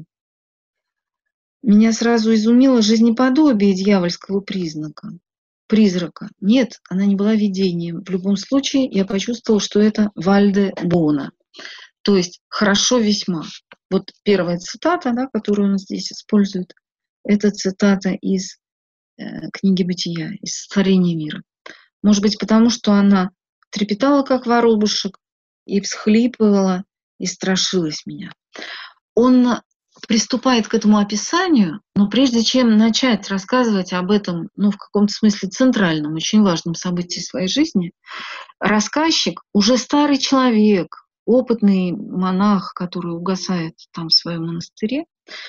Меня сразу изумило жизнеподобие дьявольского признака, призрака. Нет, она не была видением. В любом случае, я почувствовала, что это Вальде Бона. То есть «хорошо весьма». Вот первая цитата, да, которую он здесь использует, это цитата из э, книги «Бытия», из «Сотворения мира». Может быть, потому что она трепетала, как воробушек, и всхлипывала, и страшилась меня. Он приступает к этому описанию, но прежде чем начать рассказывать об этом, ну, в каком-то смысле центральном, очень важном событии своей жизни, рассказчик, уже старый человек, опытный монах, который угасает там в своем монастыре,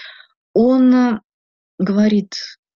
он говорит: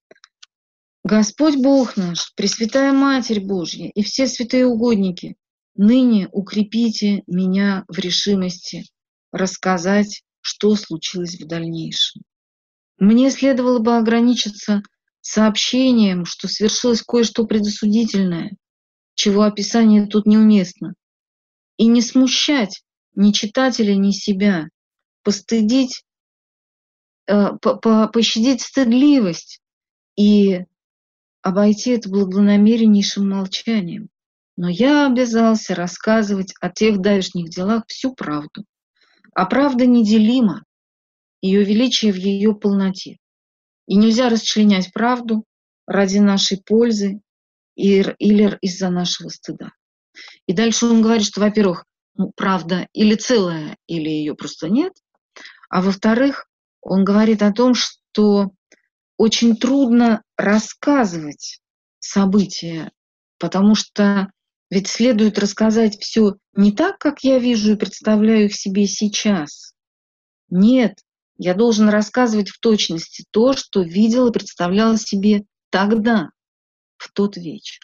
«Господь Бог наш, Пресвятая Матерь Божья и все святые угодники, ныне укрепите меня в решимости рассказать, что случилось в дальнейшем. Мне следовало бы ограничиться сообщением, что свершилось кое-что предосудительное, чего описание тут неуместно, и не смущать ни читателя, ни себя, постыдить, э, по -по пощадить стыдливость и обойти это благонамереннейшим молчанием. Но я обязался рассказывать о тех давешних делах всю правду. А правда неделима, ее величие в ее полноте. И нельзя расчленять правду ради нашей пользы или из-за нашего стыда». И дальше он говорит, что, во-первых, ну, правда или целая, или ее просто нет, а во-вторых, он говорит о том, что очень трудно рассказывать события, потому что ведь следует рассказать все не так, как я вижу и представляю их себе сейчас. Нет, я должен рассказывать в точности то, что видел и представлял себе тогда, в тот вечер.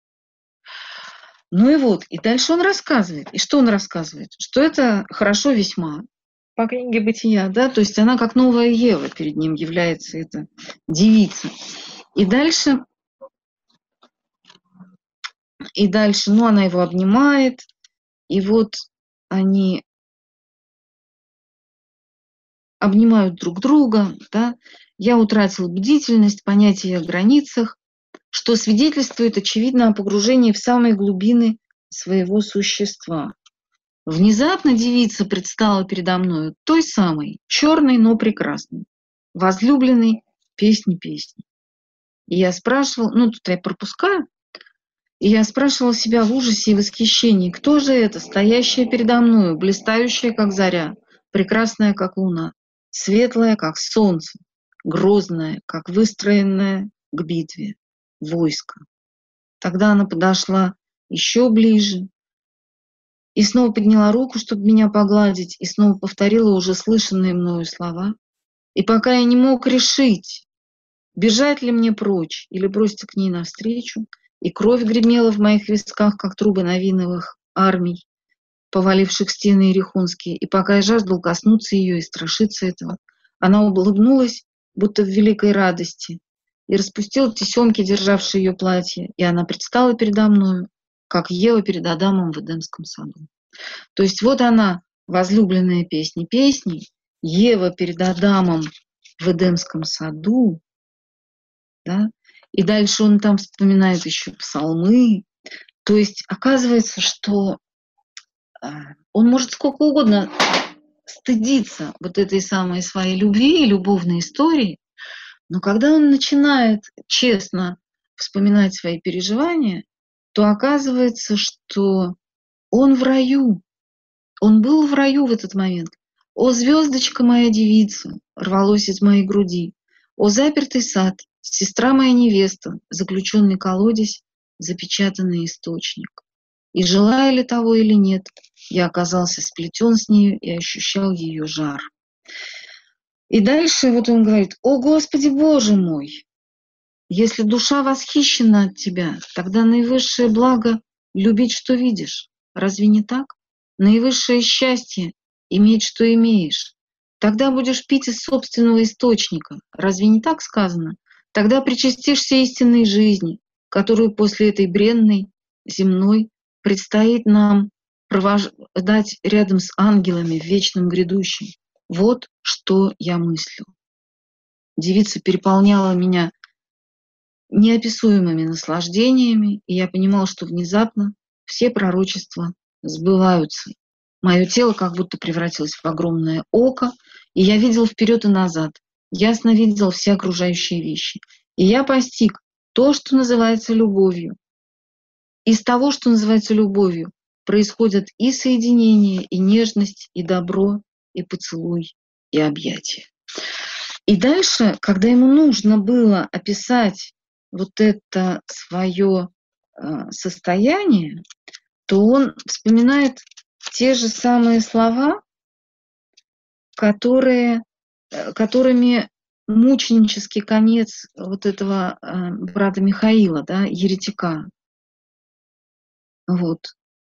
Ну и вот, и дальше он рассказывает. И что он рассказывает? Что это хорошо весьма, по книге «Бытия», да, то есть она как новая Ева перед ним является, эта девица. И дальше, и дальше, ну, она его обнимает, и вот они обнимают друг друга, да. Я утратил бдительность, понятие о границах, что свидетельствует, очевидно, о погружении в самые глубины своего существа. Внезапно девица предстала передо мною той самой, черной, но прекрасной, возлюбленной песни песни. И я спрашивал, ну тут я пропускаю, и я спрашивал себя в ужасе и восхищении, кто же это, стоящая передо мною, блистающая, как заря, прекрасная, как луна, светлая, как солнце, грозная, как выстроенная к битве войско. Тогда она подошла еще ближе и снова подняла руку, чтобы меня погладить, и снова повторила уже слышанные мною слова. И пока я не мог решить, бежать ли мне прочь или броситься к ней навстречу, и кровь гремела в моих висках, как трубы новиновых армий, поваливших стены Иерихонские, и пока я жаждал коснуться ее и страшиться этого, она улыбнулась, будто в великой радости, и распустила тесемки, державшие ее платье, и она предстала передо мною, как Ева перед Адамом в Эдемском саду. То есть вот она, возлюбленная песни песней, Ева перед Адамом в Эдемском саду, да? И дальше он там вспоминает еще псалмы. То есть оказывается, что он может сколько угодно стыдиться вот этой самой своей любви и любовной истории, но когда он начинает честно вспоминать свои переживания, то оказывается, что он в раю. Он был в раю в этот момент. «О, звездочка моя девица!» рвалось из моей груди. «О, запертый сад! Сестра моя невеста, заключенный колодец, запечатанный источник». И желая ли того или нет, я оказался сплетен с нею и ощущал ее жар. И дальше вот он говорит: «О, Господи Боже мой! Если душа восхищена от Тебя, тогда наивысшее благо — любить, что видишь. Разве не так? Наивысшее счастье — иметь, что имеешь. Тогда будешь пить из собственного источника. Разве не так сказано? Тогда причастишься истинной жизни, которую после этой бренной, земной предстоит нам провождать рядом с ангелами в вечном грядущем. Вот что я мыслю. Девица переполняла меня неописуемыми наслаждениями, и я понимал, что внезапно все пророчества сбываются. Мое тело как будто превратилось в огромное око, и я видел вперед и назад, ясно видел все окружающие вещи. И я постиг то, что называется любовью. Из того, что называется любовью, происходят и соединение, и нежность, и добро, и поцелуй, и объятие. И дальше, когда ему нужно было описать вот это свое э, состояние, то он вспоминает те же самые слова, которые, э, которыми мученический конец вот этого э, брата Михаила, да, еретика. Вот.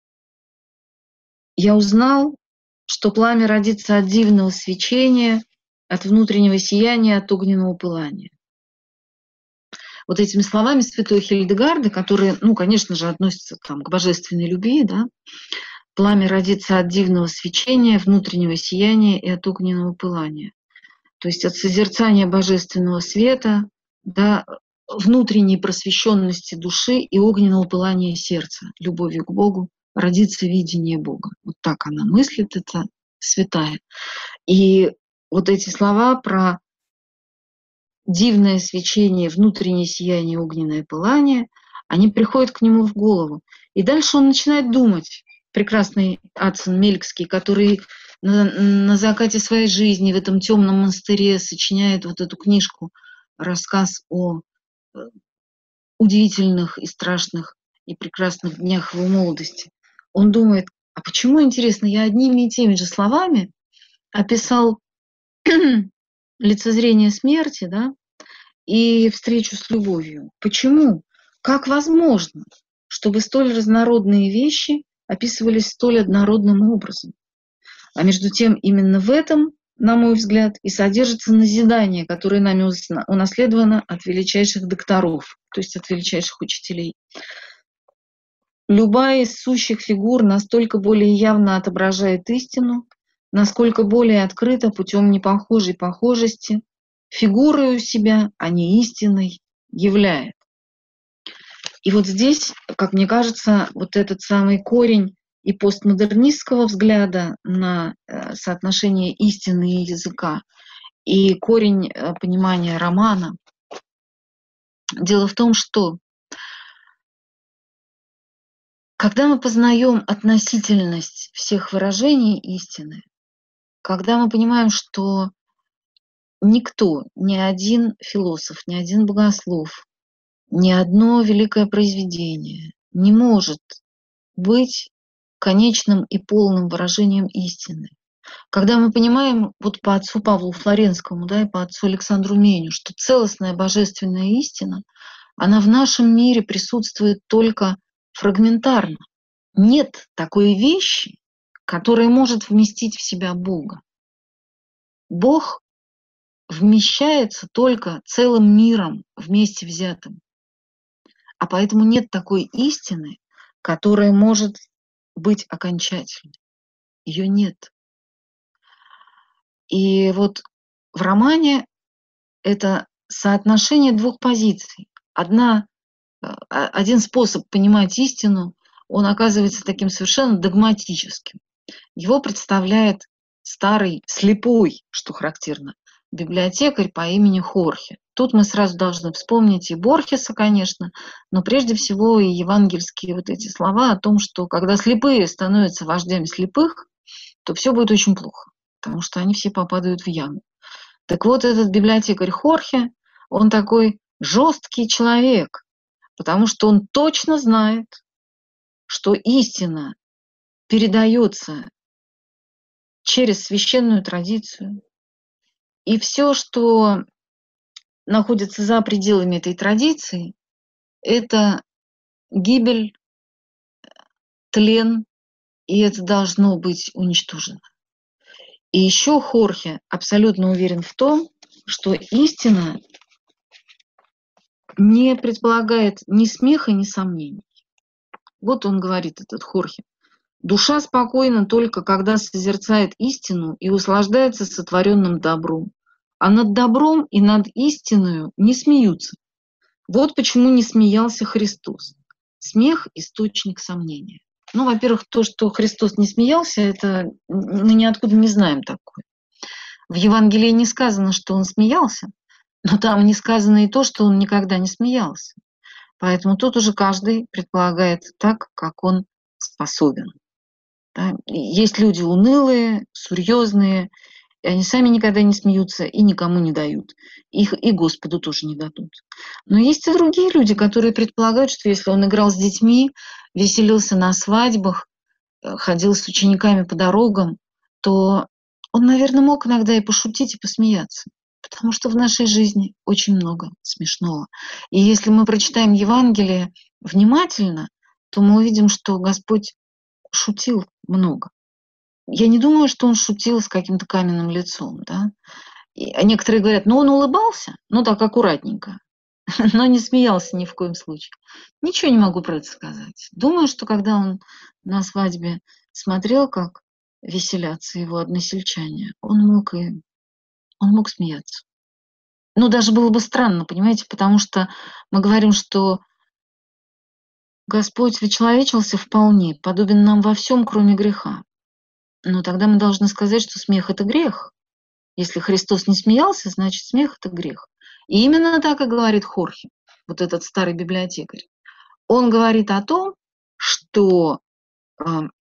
Я узнал, что пламя родится от дивного свечения, от внутреннего сияния, от огненного пылания. Вот этими словами святой Хильдегарды, которые, ну, конечно же, относятся там, к божественной любви, да, пламя родится от дивного свечения, внутреннего сияния и от огненного пылания. То есть от созерцания божественного света, да, внутренней просвещенности души и огненного пылания сердца, любовью к Богу, родится видение Бога. Вот так она мыслит, это святая. И вот эти слова про дивное свечение, внутреннее сияние, огненное пылание, они приходят к нему в голову. И дальше он начинает думать. Прекрасный Ацен Мелькский, который на, на закате своей жизни в этом темном монастыре сочиняет вот эту книжку, рассказ о удивительных и страшных и прекрасных днях его молодости. Он думает, а почему, интересно, я одними и теми же словами описал лицезрение смерти, да, и встречу с любовью. Почему? Как возможно, чтобы столь разнородные вещи описывались столь однородным образом? А между тем, именно в этом, на мой взгляд, и содержится назидание, которое нами унаследовано от величайших докторов, то есть от величайших учителей. Любая из сущих фигур настолько более явно отображает истину, насколько более открыто путем непохожей похожести фигурою себя, а не истиной, являет. И вот здесь, как мне кажется, вот этот самый корень и постмодернистского взгляда на соотношение истины и языка, и корень понимания романа. Дело в том, что когда мы познаем относительность всех выражений истины, когда мы понимаем, что никто, ни один философ, ни один богослов, ни одно великое произведение не может быть конечным и полным выражением истины. Когда мы понимаем, вот по отцу Павлу Флоренскому, да, и по отцу Александру Меню, что целостная божественная истина, она в нашем мире присутствует только фрагментарно. Нет такой вещи, которая может вместить в себя Бога. Бог вмещается только целым миром вместе взятым. А поэтому нет такой истины, которая может быть окончательной. Ее нет. И вот в романе это соотношение двух позиций. Одна, один способ понимать истину, он оказывается таким совершенно догматическим. Его представляет старый, слепой, что характерно, библиотекарь по имени Хорхе. Тут мы сразу должны вспомнить и Борхеса, конечно, но прежде всего и евангельские вот эти слова о том, что когда слепые становятся вождями слепых, то все будет очень плохо, потому что они все попадают в яму. Так вот, этот библиотекарь Хорхе, он такой жесткий человек, потому что он точно знает, что истина передается через священную традицию, и все, что находится за пределами этой традиции, это гибель, тлен, и это должно быть уничтожено. И еще Хорхе абсолютно уверен в том, что истина не предполагает ни смеха, ни сомнений. Вот он говорит, этот Хорхе. Душа спокойна только, когда созерцает истину и услаждается сотворенным добром. А над добром и над истиною не смеются. Вот почему не смеялся Христос. Смех – источник сомнения. Ну, во-первых, то, что Христос не смеялся, это мы ниоткуда не знаем такое. В Евангелии не сказано, что он смеялся, но там не сказано и то, что он никогда не смеялся. Поэтому тут уже каждый предполагает так, как он способен. Да? Есть люди унылые, серьезные, и они сами никогда не смеются и никому не дают. Их и Господу тоже не дадут. Но есть и другие люди, которые предполагают, что если он играл с детьми, веселился на свадьбах, ходил с учениками по дорогам, то он, наверное, мог иногда и пошутить, и посмеяться. Потому что в нашей жизни очень много смешного. И если мы прочитаем Евангелие внимательно, то мы увидим, что Господь шутил много. Я не думаю, что он шутил с каким-то каменным лицом. Да? И, а некоторые говорят, ну он улыбался, ну так аккуратненько, но не смеялся ни в коем случае. Ничего не могу про это сказать. Думаю, что когда он на свадьбе смотрел, как веселятся его односельчане, он мог и он мог смеяться. Ну, даже было бы странно, понимаете, потому что мы говорим, что Господь вычеловечился вполне, подобен нам во всем, кроме греха. Но тогда мы должны сказать, что смех – это грех. Если Христос не смеялся, значит, смех – это грех. И именно так и говорит Хорхе, вот этот старый библиотекарь. Он говорит о том, что э,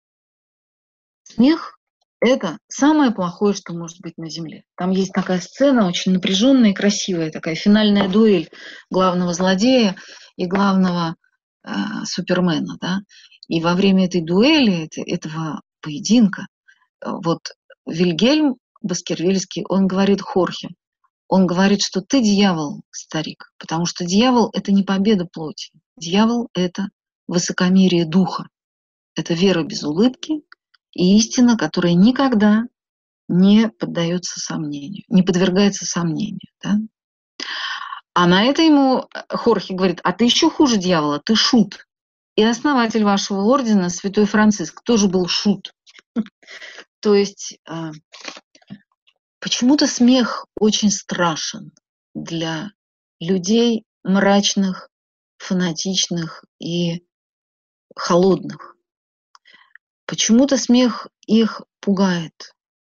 смех – это самое плохое, что может быть на земле. Там есть такая сцена, очень напряженная и красивая, такая финальная дуэль главного злодея и главного э, Супермена. Да? И во время этой дуэли, этого поединка, вот Вильгельм Баскервильский, он говорит Хорхе, он говорит, что ты дьявол, старик, потому что дьявол – это не победа плоти. Дьявол – это высокомерие духа, это вера без улыбки и истина, которая никогда не поддается сомнению, не подвергается сомнению. Да? А на это ему Хорхе говорит, а ты еще хуже дьявола, ты шут. И основатель вашего ордена, святой Франциск, тоже был шут. То есть почему-то смех очень страшен для людей мрачных, фанатичных и холодных. Почему-то смех их пугает.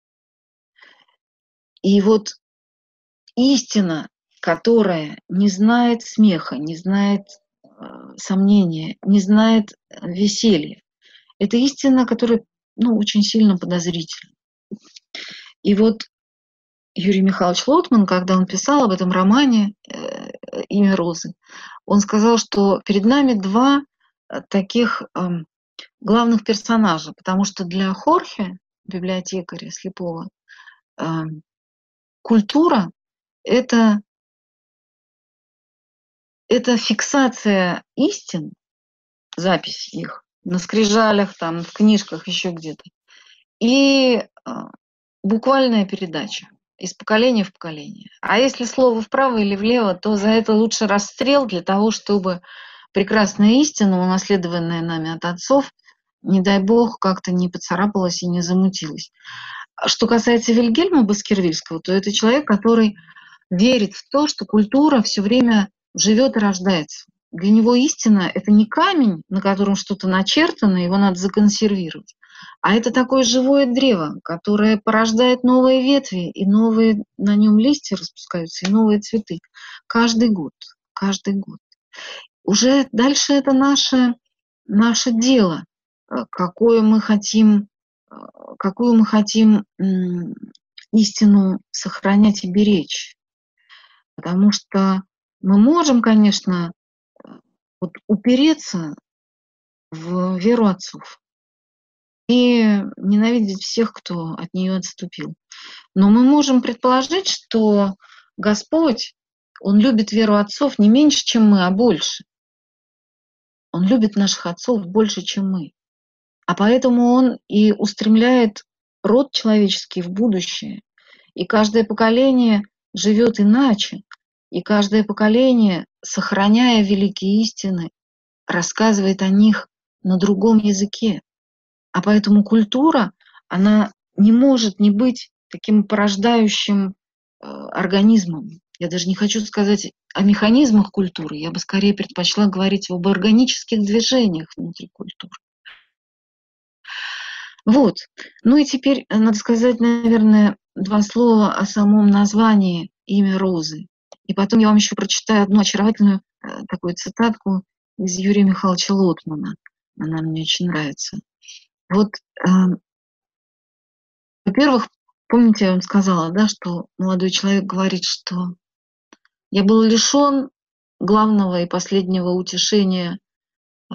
И вот истина, которая не знает смеха, не знает э, сомнения, не знает веселья, это истина, которая ну, очень сильно подозрительна. И вот Юрий Михайлович Лотман, когда он писал об этом романе э, «Имя Розы», он сказал, что перед нами два таких э, главных персонажа, потому что для Хорхе, библиотекаря слепого, э, культура – это, это фиксация истин, запись их на скрижалях, там, в книжках, еще где-то, и э, буквальная передача из поколения в поколение. А если слово вправо или влево, то за это лучше расстрел для того, чтобы прекрасная истина, унаследованная нами от отцов, не дай бог, как-то не поцарапалась и не замутилась. Что касается Вильгельма Баскервильского, то это человек, который верит в то, что культура все время живет и рождается. Для него истина – это не камень, на котором что-то начертано, его надо законсервировать, а это такое живое древо, которое порождает новые ветви, и новые на нем листья распускаются, и новые цветы. Каждый год, каждый год. Уже дальше это наше, наше дело, какое мы хотим, какую мы хотим истину сохранять и беречь. Потому что мы можем, конечно, вот упереться в веру отцов и ненавидеть всех, кто от нее отступил. Но мы можем предположить, что Господь, Он любит веру отцов не меньше, чем мы, а больше. Он любит наших отцов больше, чем мы. А поэтому Он и устремляет род человеческий в будущее. И каждое поколение живет иначе. И каждое поколение, сохраняя великие истины, рассказывает о них на другом языке. А поэтому культура, она не может не быть таким порождающим э, организмом. Я даже не хочу сказать о механизмах культуры, я бы скорее предпочла говорить об органических движениях внутри культуры. Вот. Ну и теперь надо сказать, наверное, два слова о самом названии «Имя Розы». И потом я вам еще прочитаю одну очаровательную э, такую цитатку из Юрия Михайловича Лотмана. Она мне очень нравится. Вот, э, во-первых, помните, я вам сказала, да, что молодой человек говорит, что я был лишен главного и последнего утешения э,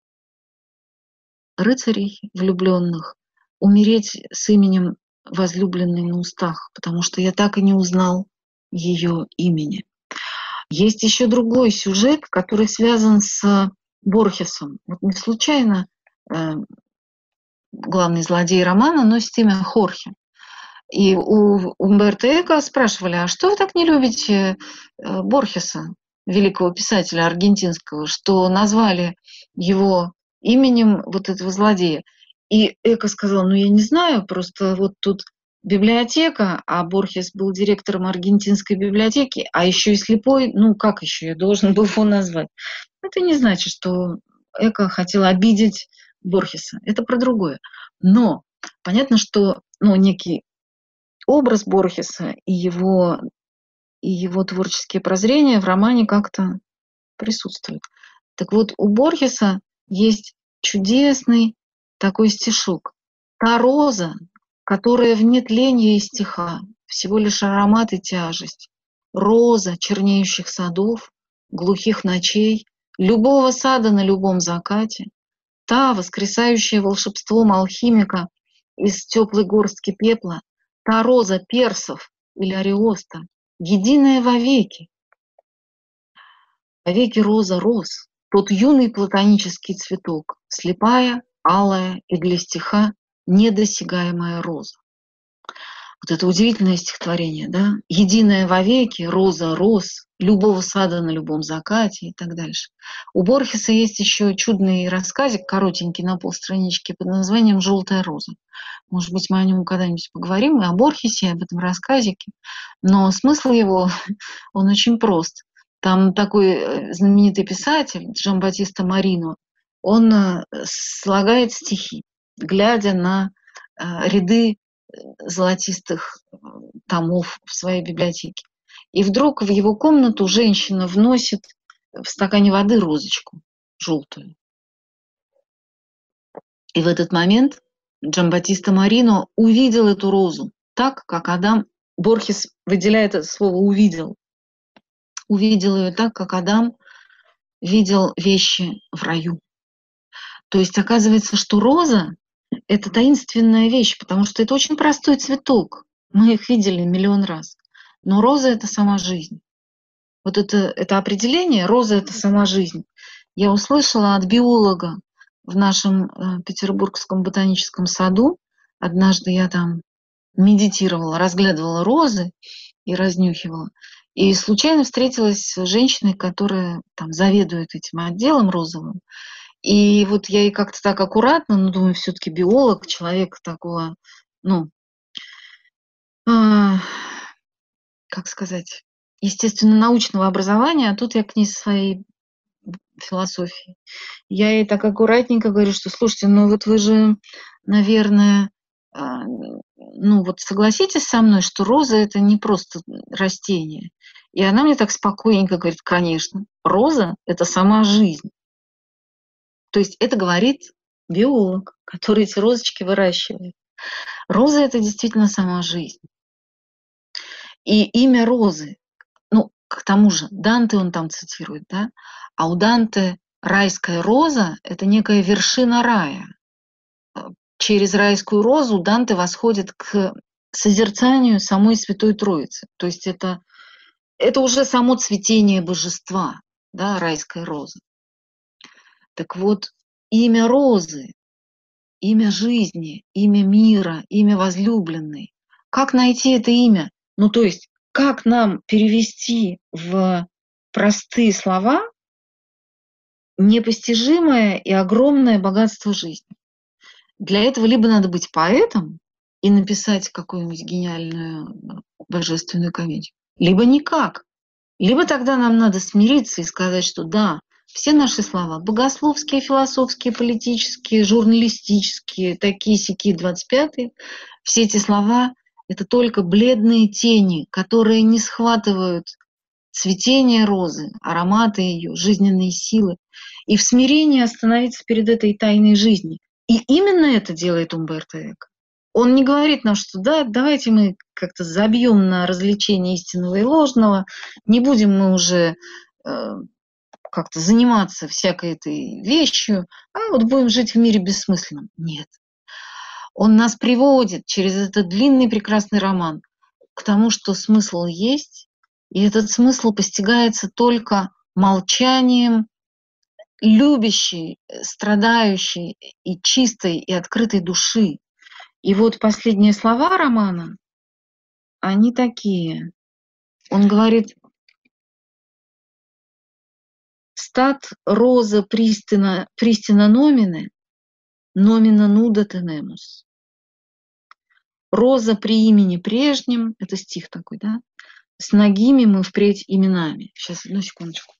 рыцарей влюбленных, умереть с именем возлюбленной на устах, потому что я так и не узнал ее имени. Есть еще другой сюжет, который связан с Борхесом. Вот не случайно э, главный злодей романа носит имя Хорхе. И у Умберто Эко спрашивали, а что вы так не любите э, Борхеса, великого писателя аргентинского, что назвали его именем вот этого злодея? И Эко сказал, ну я не знаю, просто вот тут библиотека, а Борхес был директором аргентинской библиотеки, а еще и слепой, ну как еще я должен был его назвать? Это не значит, что Эко хотел обидеть Борхеса, это про другое. Но понятно, что ну, некий образ Борхеса и его, и его творческие прозрения в романе как-то присутствуют. Так вот, у Борхеса есть чудесный такой стишок. Та роза, которая в нетленье и стиха, всего лишь аромат и тяжесть. Роза чернеющих садов, глухих ночей, любого сада на любом закате. Та, воскресающая волшебством алхимика из теплой горстки пепла, та роза персов или ариоста, единая вовеки. Вовеки роза роз, тот юный платонический цветок, слепая, алая и для стиха недосягаемая роза. Вот это удивительное стихотворение, да? Единая вовеки, роза роз, любого сада на любом закате и так дальше. У Борхеса есть еще чудный рассказик, коротенький, на полстранички, под названием «Желтая роза». Может быть, мы о нем когда-нибудь поговорим, и о Борхесе, и об этом рассказике. Но смысл его, он очень прост. Там такой знаменитый писатель, Джамбаттиста Марино, он слагает стихи, глядя на ряды золотистых томов в своей библиотеке. И вдруг в его комнату женщина вносит в стакане воды розочку желтую. И в этот момент Джамбаттиста Марино увидел эту розу так, как Адам, Борхес выделяет это слово «увидел», увидел ее так, как Адам видел вещи в раю. То есть оказывается, что роза – это таинственная вещь, потому что это очень простой цветок. Мы их видели миллион раз. Но роза – это сама жизнь. Вот это, это определение «роза – это сама жизнь» я услышала от биолога в нашем э, Петербургском ботаническом саду. Однажды я там медитировала, разглядывала розы и разнюхивала. И случайно встретилась с женщиной, которая там заведует этим отделом розовым. И вот я ей как-то так аккуратно, ну, думаю, все-таки биолог, человек такого, ну, э, как сказать, естественно-научного образования, а тут я к ней со своей философией. Я ей так аккуратненько говорю, что, слушайте, ну вот вы же, наверное, э, ну вот согласитесь со мной, что роза – это не просто растение. И она мне так спокойненько говорит, конечно, роза – это сама жизнь. То есть это говорит биолог, который эти розочки выращивает. Роза – это действительно сама жизнь. И имя розы, ну, к тому же, Данте он там цитирует, да? А у Данте райская роза – это некая вершина рая. Через райскую розу Данте восходит к созерцанию самой Святой Троицы. То есть это, это уже само цветение божества, да, райская роза. Так вот, имя розы, имя жизни, имя мира, имя возлюбленной. Как найти это имя? Ну, то есть, как нам перевести в простые слова непостижимое и огромное богатство жизни. Для этого либо надо быть поэтом и написать какую-нибудь гениальную божественную комедию, либо никак. Либо тогда нам надо смириться и сказать, что да, все наши слова, богословские, философские, политические, журналистические, такие-сякие, двадцать пятые, все эти слова – это только бледные тени, которые не схватывают цветение розы, ароматы ее, жизненные силы, и в смирении остановиться перед этой тайной жизнью. И именно это делает Умберто Эко. Он не говорит нам, что да, давайте мы как-то забьем на развлечение истинного и ложного, не будем мы уже э, как-то заниматься всякой этой вещью, а вот будем жить в мире бессмысленном. Нет. Он нас приводит через этот длинный прекрасный роман к тому, что смысл есть, и этот смысл постигается только молчанием любящей, страдающей и чистой и открытой души. И вот последние слова романа, они такие. Он говорит: «Стат роза пристина, пристина номине, номина нуда тенемус». Роза при имени прежнем, это стих такой, да? С нагими мы впредь именами. Сейчас, одну секундочку.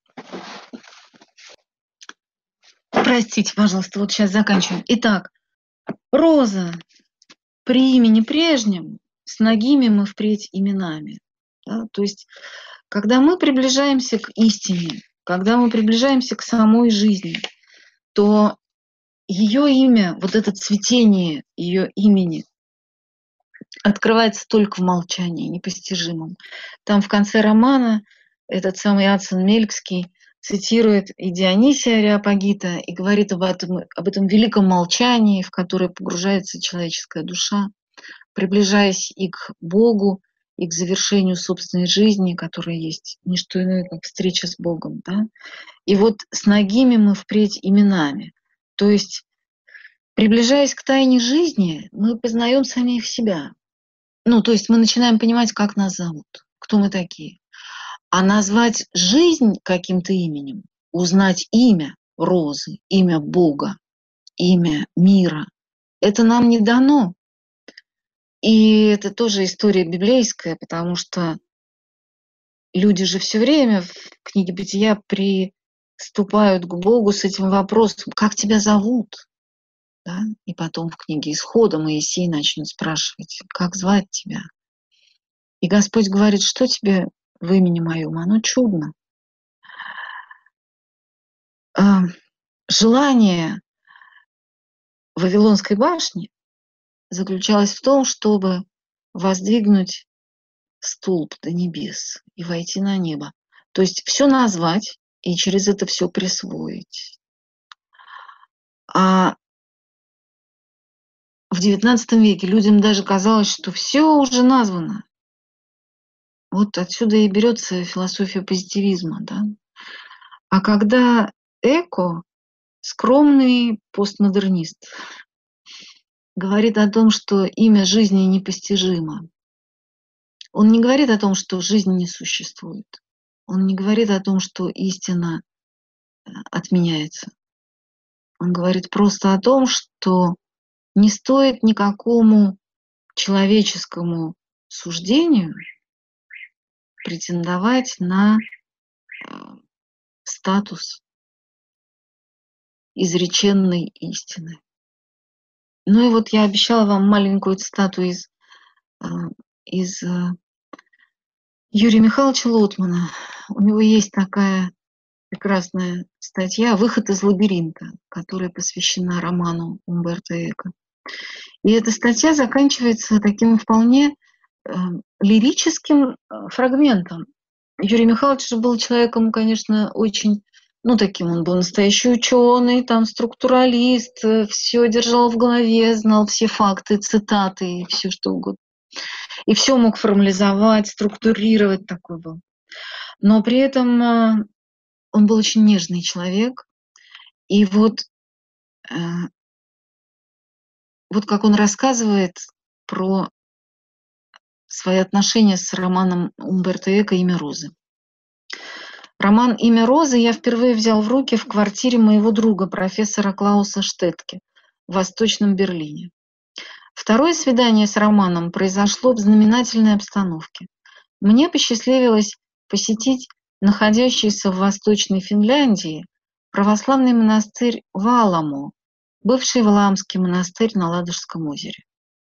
Простите, пожалуйста, вот сейчас заканчиваем. Итак, роза при имени прежнем, с нагими мы впредь именами. Да? То есть, когда мы приближаемся к истине, когда мы приближаемся к самой жизни, то ее имя, вот это цветение ее имени, открывается только в молчании, непостижимом. Там в конце романа этот самый Ацен Мелькский цитирует и Дионисия Ареопагита и говорит об этом, об этом великом молчании, в которое погружается человеческая душа, приближаясь и к Богу, и к завершению собственной жизни, которая есть не что иное, как встреча с Богом. Да? И вот с нагими мы впредь именами. То есть, приближаясь к тайне жизни, мы познаем самих себя. Ну, то есть мы начинаем понимать, как нас зовут, кто мы такие. А назвать жизнь каким-то именем, узнать имя розы, имя Бога, имя мира, это нам не дано. И это тоже история библейская, потому что люди же все время в книге Бытия приступают к Богу с этим вопросом: как тебя зовут? Да? И потом в книге Исхода Моисей начнет спрашивать: как звать тебя? И Господь говорит: что тебе в имени моем? Оно чудно. А, желание Вавилонской башни заключалось в том, чтобы воздвигнуть столб до небес и войти на небо. То есть все назвать и через это все присвоить. А в девятнадцатом веке людям даже казалось, что все уже названо. Вот отсюда и берется философия позитивизма. Да? А когда Эко, скромный постмодернист, говорит о том, что имя жизни непостижимо, он не говорит о том, что жизнь не существует. Он не говорит о том, что истина отменяется. Он говорит просто о том, что не стоит никакому человеческому суждению претендовать на статус изреченной истины. Ну и вот я обещала вам маленькую цитату из, из Юрия Михайловича Лотмана. У него есть такая прекрасная статья «Выход из лабиринта», которая посвящена роману Умберто Эко. И эта статья заканчивается таким вполне э, лирическим фрагментом. Юрий Михайлович же был человеком, конечно, очень, ну, таким он был настоящий ученый, там, структуралист, все держал в голове, знал все факты, цитаты и все что угодно. И все мог формализовать, структурировать, такой был. Но при этом э, он был очень нежный человек. И вот, э, вот как он рассказывает про свои отношения с романом Умберто Эко «Имя розы». Роман «Имя Розы» я впервые взял в руки в квартире моего друга, профессора Клауса Штетке, в Восточном Берлине. Второе свидание с романом произошло в знаменательной обстановке. Мне посчастливилось посетить находящийся в Восточной Финляндии православный монастырь Вааламо, бывший Валаамский монастырь на Ладожском озере.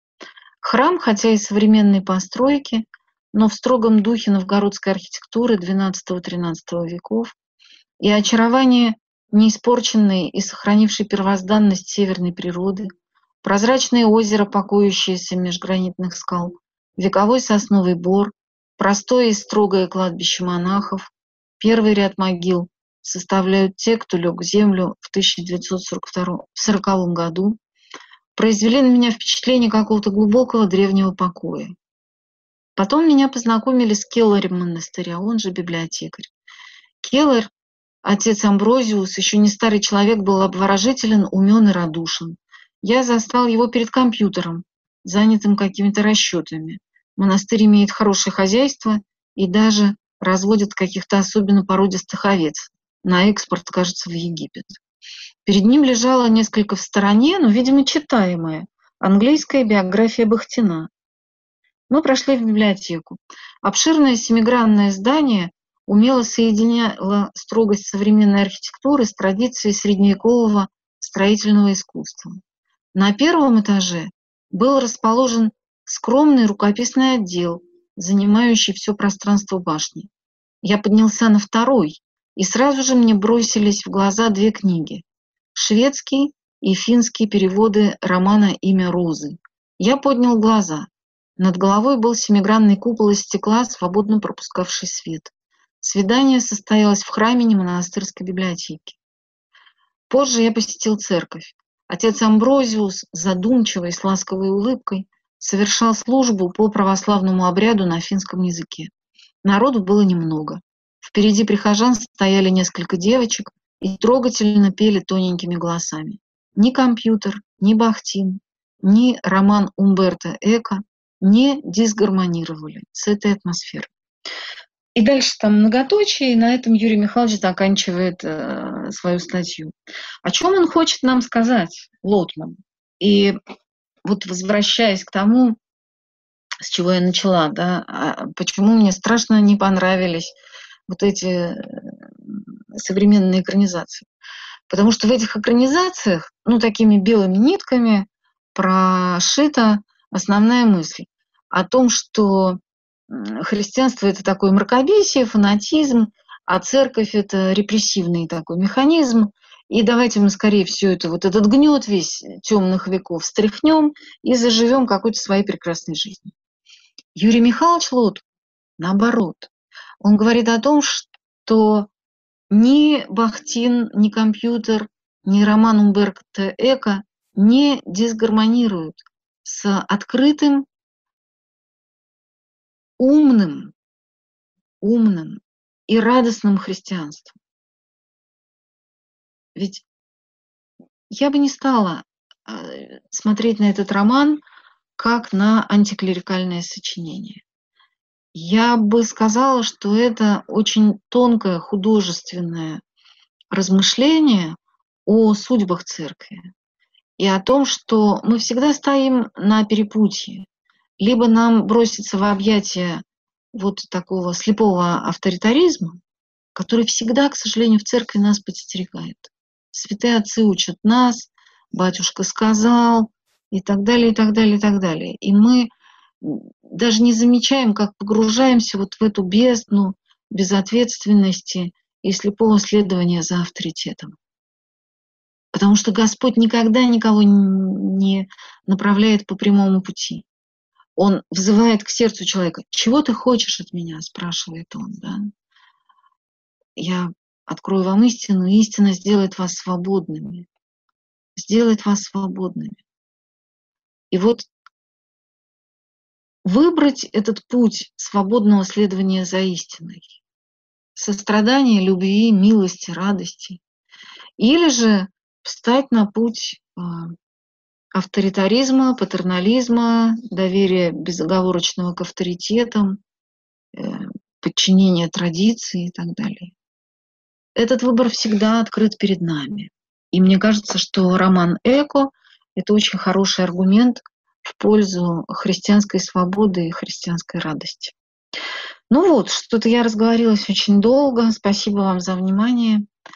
Храм, хотя и современной постройки, но в строгом духе новгородской архитектуры двенадцатого-тринадцатого веков, и очарование неиспорченной и сохранившей первозданность северной природы, прозрачное озеро, покоящееся меж гранитных скал, вековой сосновый бор, простое и строгое кладбище монахов, первый ряд могил составляют те, кто лег в землю в тысяча девятьсот сороковом году, произвели на меня впечатление какого-то глубокого древнего покоя. Потом меня познакомили с келлером монастыря, он же библиотекарь. Келлер, отец Амброзиус, еще не старый человек, был обворожителен, умен и радушен. Я застал его перед компьютером, занятым какими-то расчетами. Монастырь имеет хорошее хозяйство и даже разводит каких-то особенно породистых овец. На экспорт, кажется, в Египет. Перед ним лежало несколько в стороне, но, видимо, читаемая, английская биография Бахтина. Мы прошли в библиотеку. Обширное семигранное здание умело соединяло строгость современной архитектуры с традицией средневекового строительного искусства. На первом этаже был расположен скромный рукописный отдел, занимающий все пространство башни. Я поднялся на второй, и сразу же мне бросились в глаза две книги – шведский и финский переводы романа «Имя Розы». Я поднял глаза. Над головой был семигранный купол из стекла, свободно пропускавший свет. Свидание состоялось в храме немонастырской библиотеки. Позже я посетил церковь. Отец Амброзиус, задумчивый, с ласковой улыбкой, совершал службу по православному обряду на финском языке. Народу было немного. Впереди прихожан стояли несколько девочек и трогательно пели тоненькими голосами. Ни компьютер, ни Бахтин, ни роман Умберто Эко не дисгармонировали с этой атмосферой. И дальше там многоточие, и на этом Юрий Михайлович заканчивает э, свою статью. О чем он хочет нам сказать, Лотман? И вот возвращаясь к тому, с чего я начала, да, почему мне страшно не понравились вот эти современные экранизации. Потому что в этих экранизациях, ну, такими белыми нитками прошита основная мысль о том, что христианство – это такое мракобесие, фанатизм, а церковь – это репрессивный такой механизм. И давайте мы скорее все это, вот этот гнет весь темных веков стряхнем и заживем какой-то своей прекрасной жизнью. Юрий Михайлович Лотман, наоборот, он говорит о том, что ни Бахтин, ни компьютер, ни роман Умберто Эко не дисгармонируют с открытым, умным, умным и радостным христианством. Ведь я бы не стала смотреть на этот роман как на антиклерикальное сочинение. Я бы сказала, что это очень тонкое художественное размышление о судьбах церкви и о том, что мы всегда стоим на перепутье. Либо нам броситься в объятия вот такого слепого авторитаризма, который всегда, к сожалению, в церкви нас подстерегает. Святые отцы учат нас, батюшка сказал, и так далее, и так далее, и так далее. И мы даже не замечаем, как погружаемся вот в эту бездну безответственности и слепого следования за авторитетом. Потому что Господь никогда никого не направляет по прямому пути. Он взывает к сердцу человека. «Чего ты хочешь от меня?» – спрашивает он. Да? «Я открою вам истину, и истина сделает вас свободными». Сделает вас свободными. И вот выбрать этот путь свободного следования за истиной, сострадания, любви, милости, радости, или же встать на путь авторитаризма, патернализма, доверия безоговорочного к авторитетам, подчинения традиции и так далее. этот выбор всегда открыт перед нами. И мне кажется, что роман «Эко» – это очень хороший аргумент в пользу христианской свободы и христианской радости. Ну вот, что-то я разговорилась очень долго. Спасибо вам за внимание.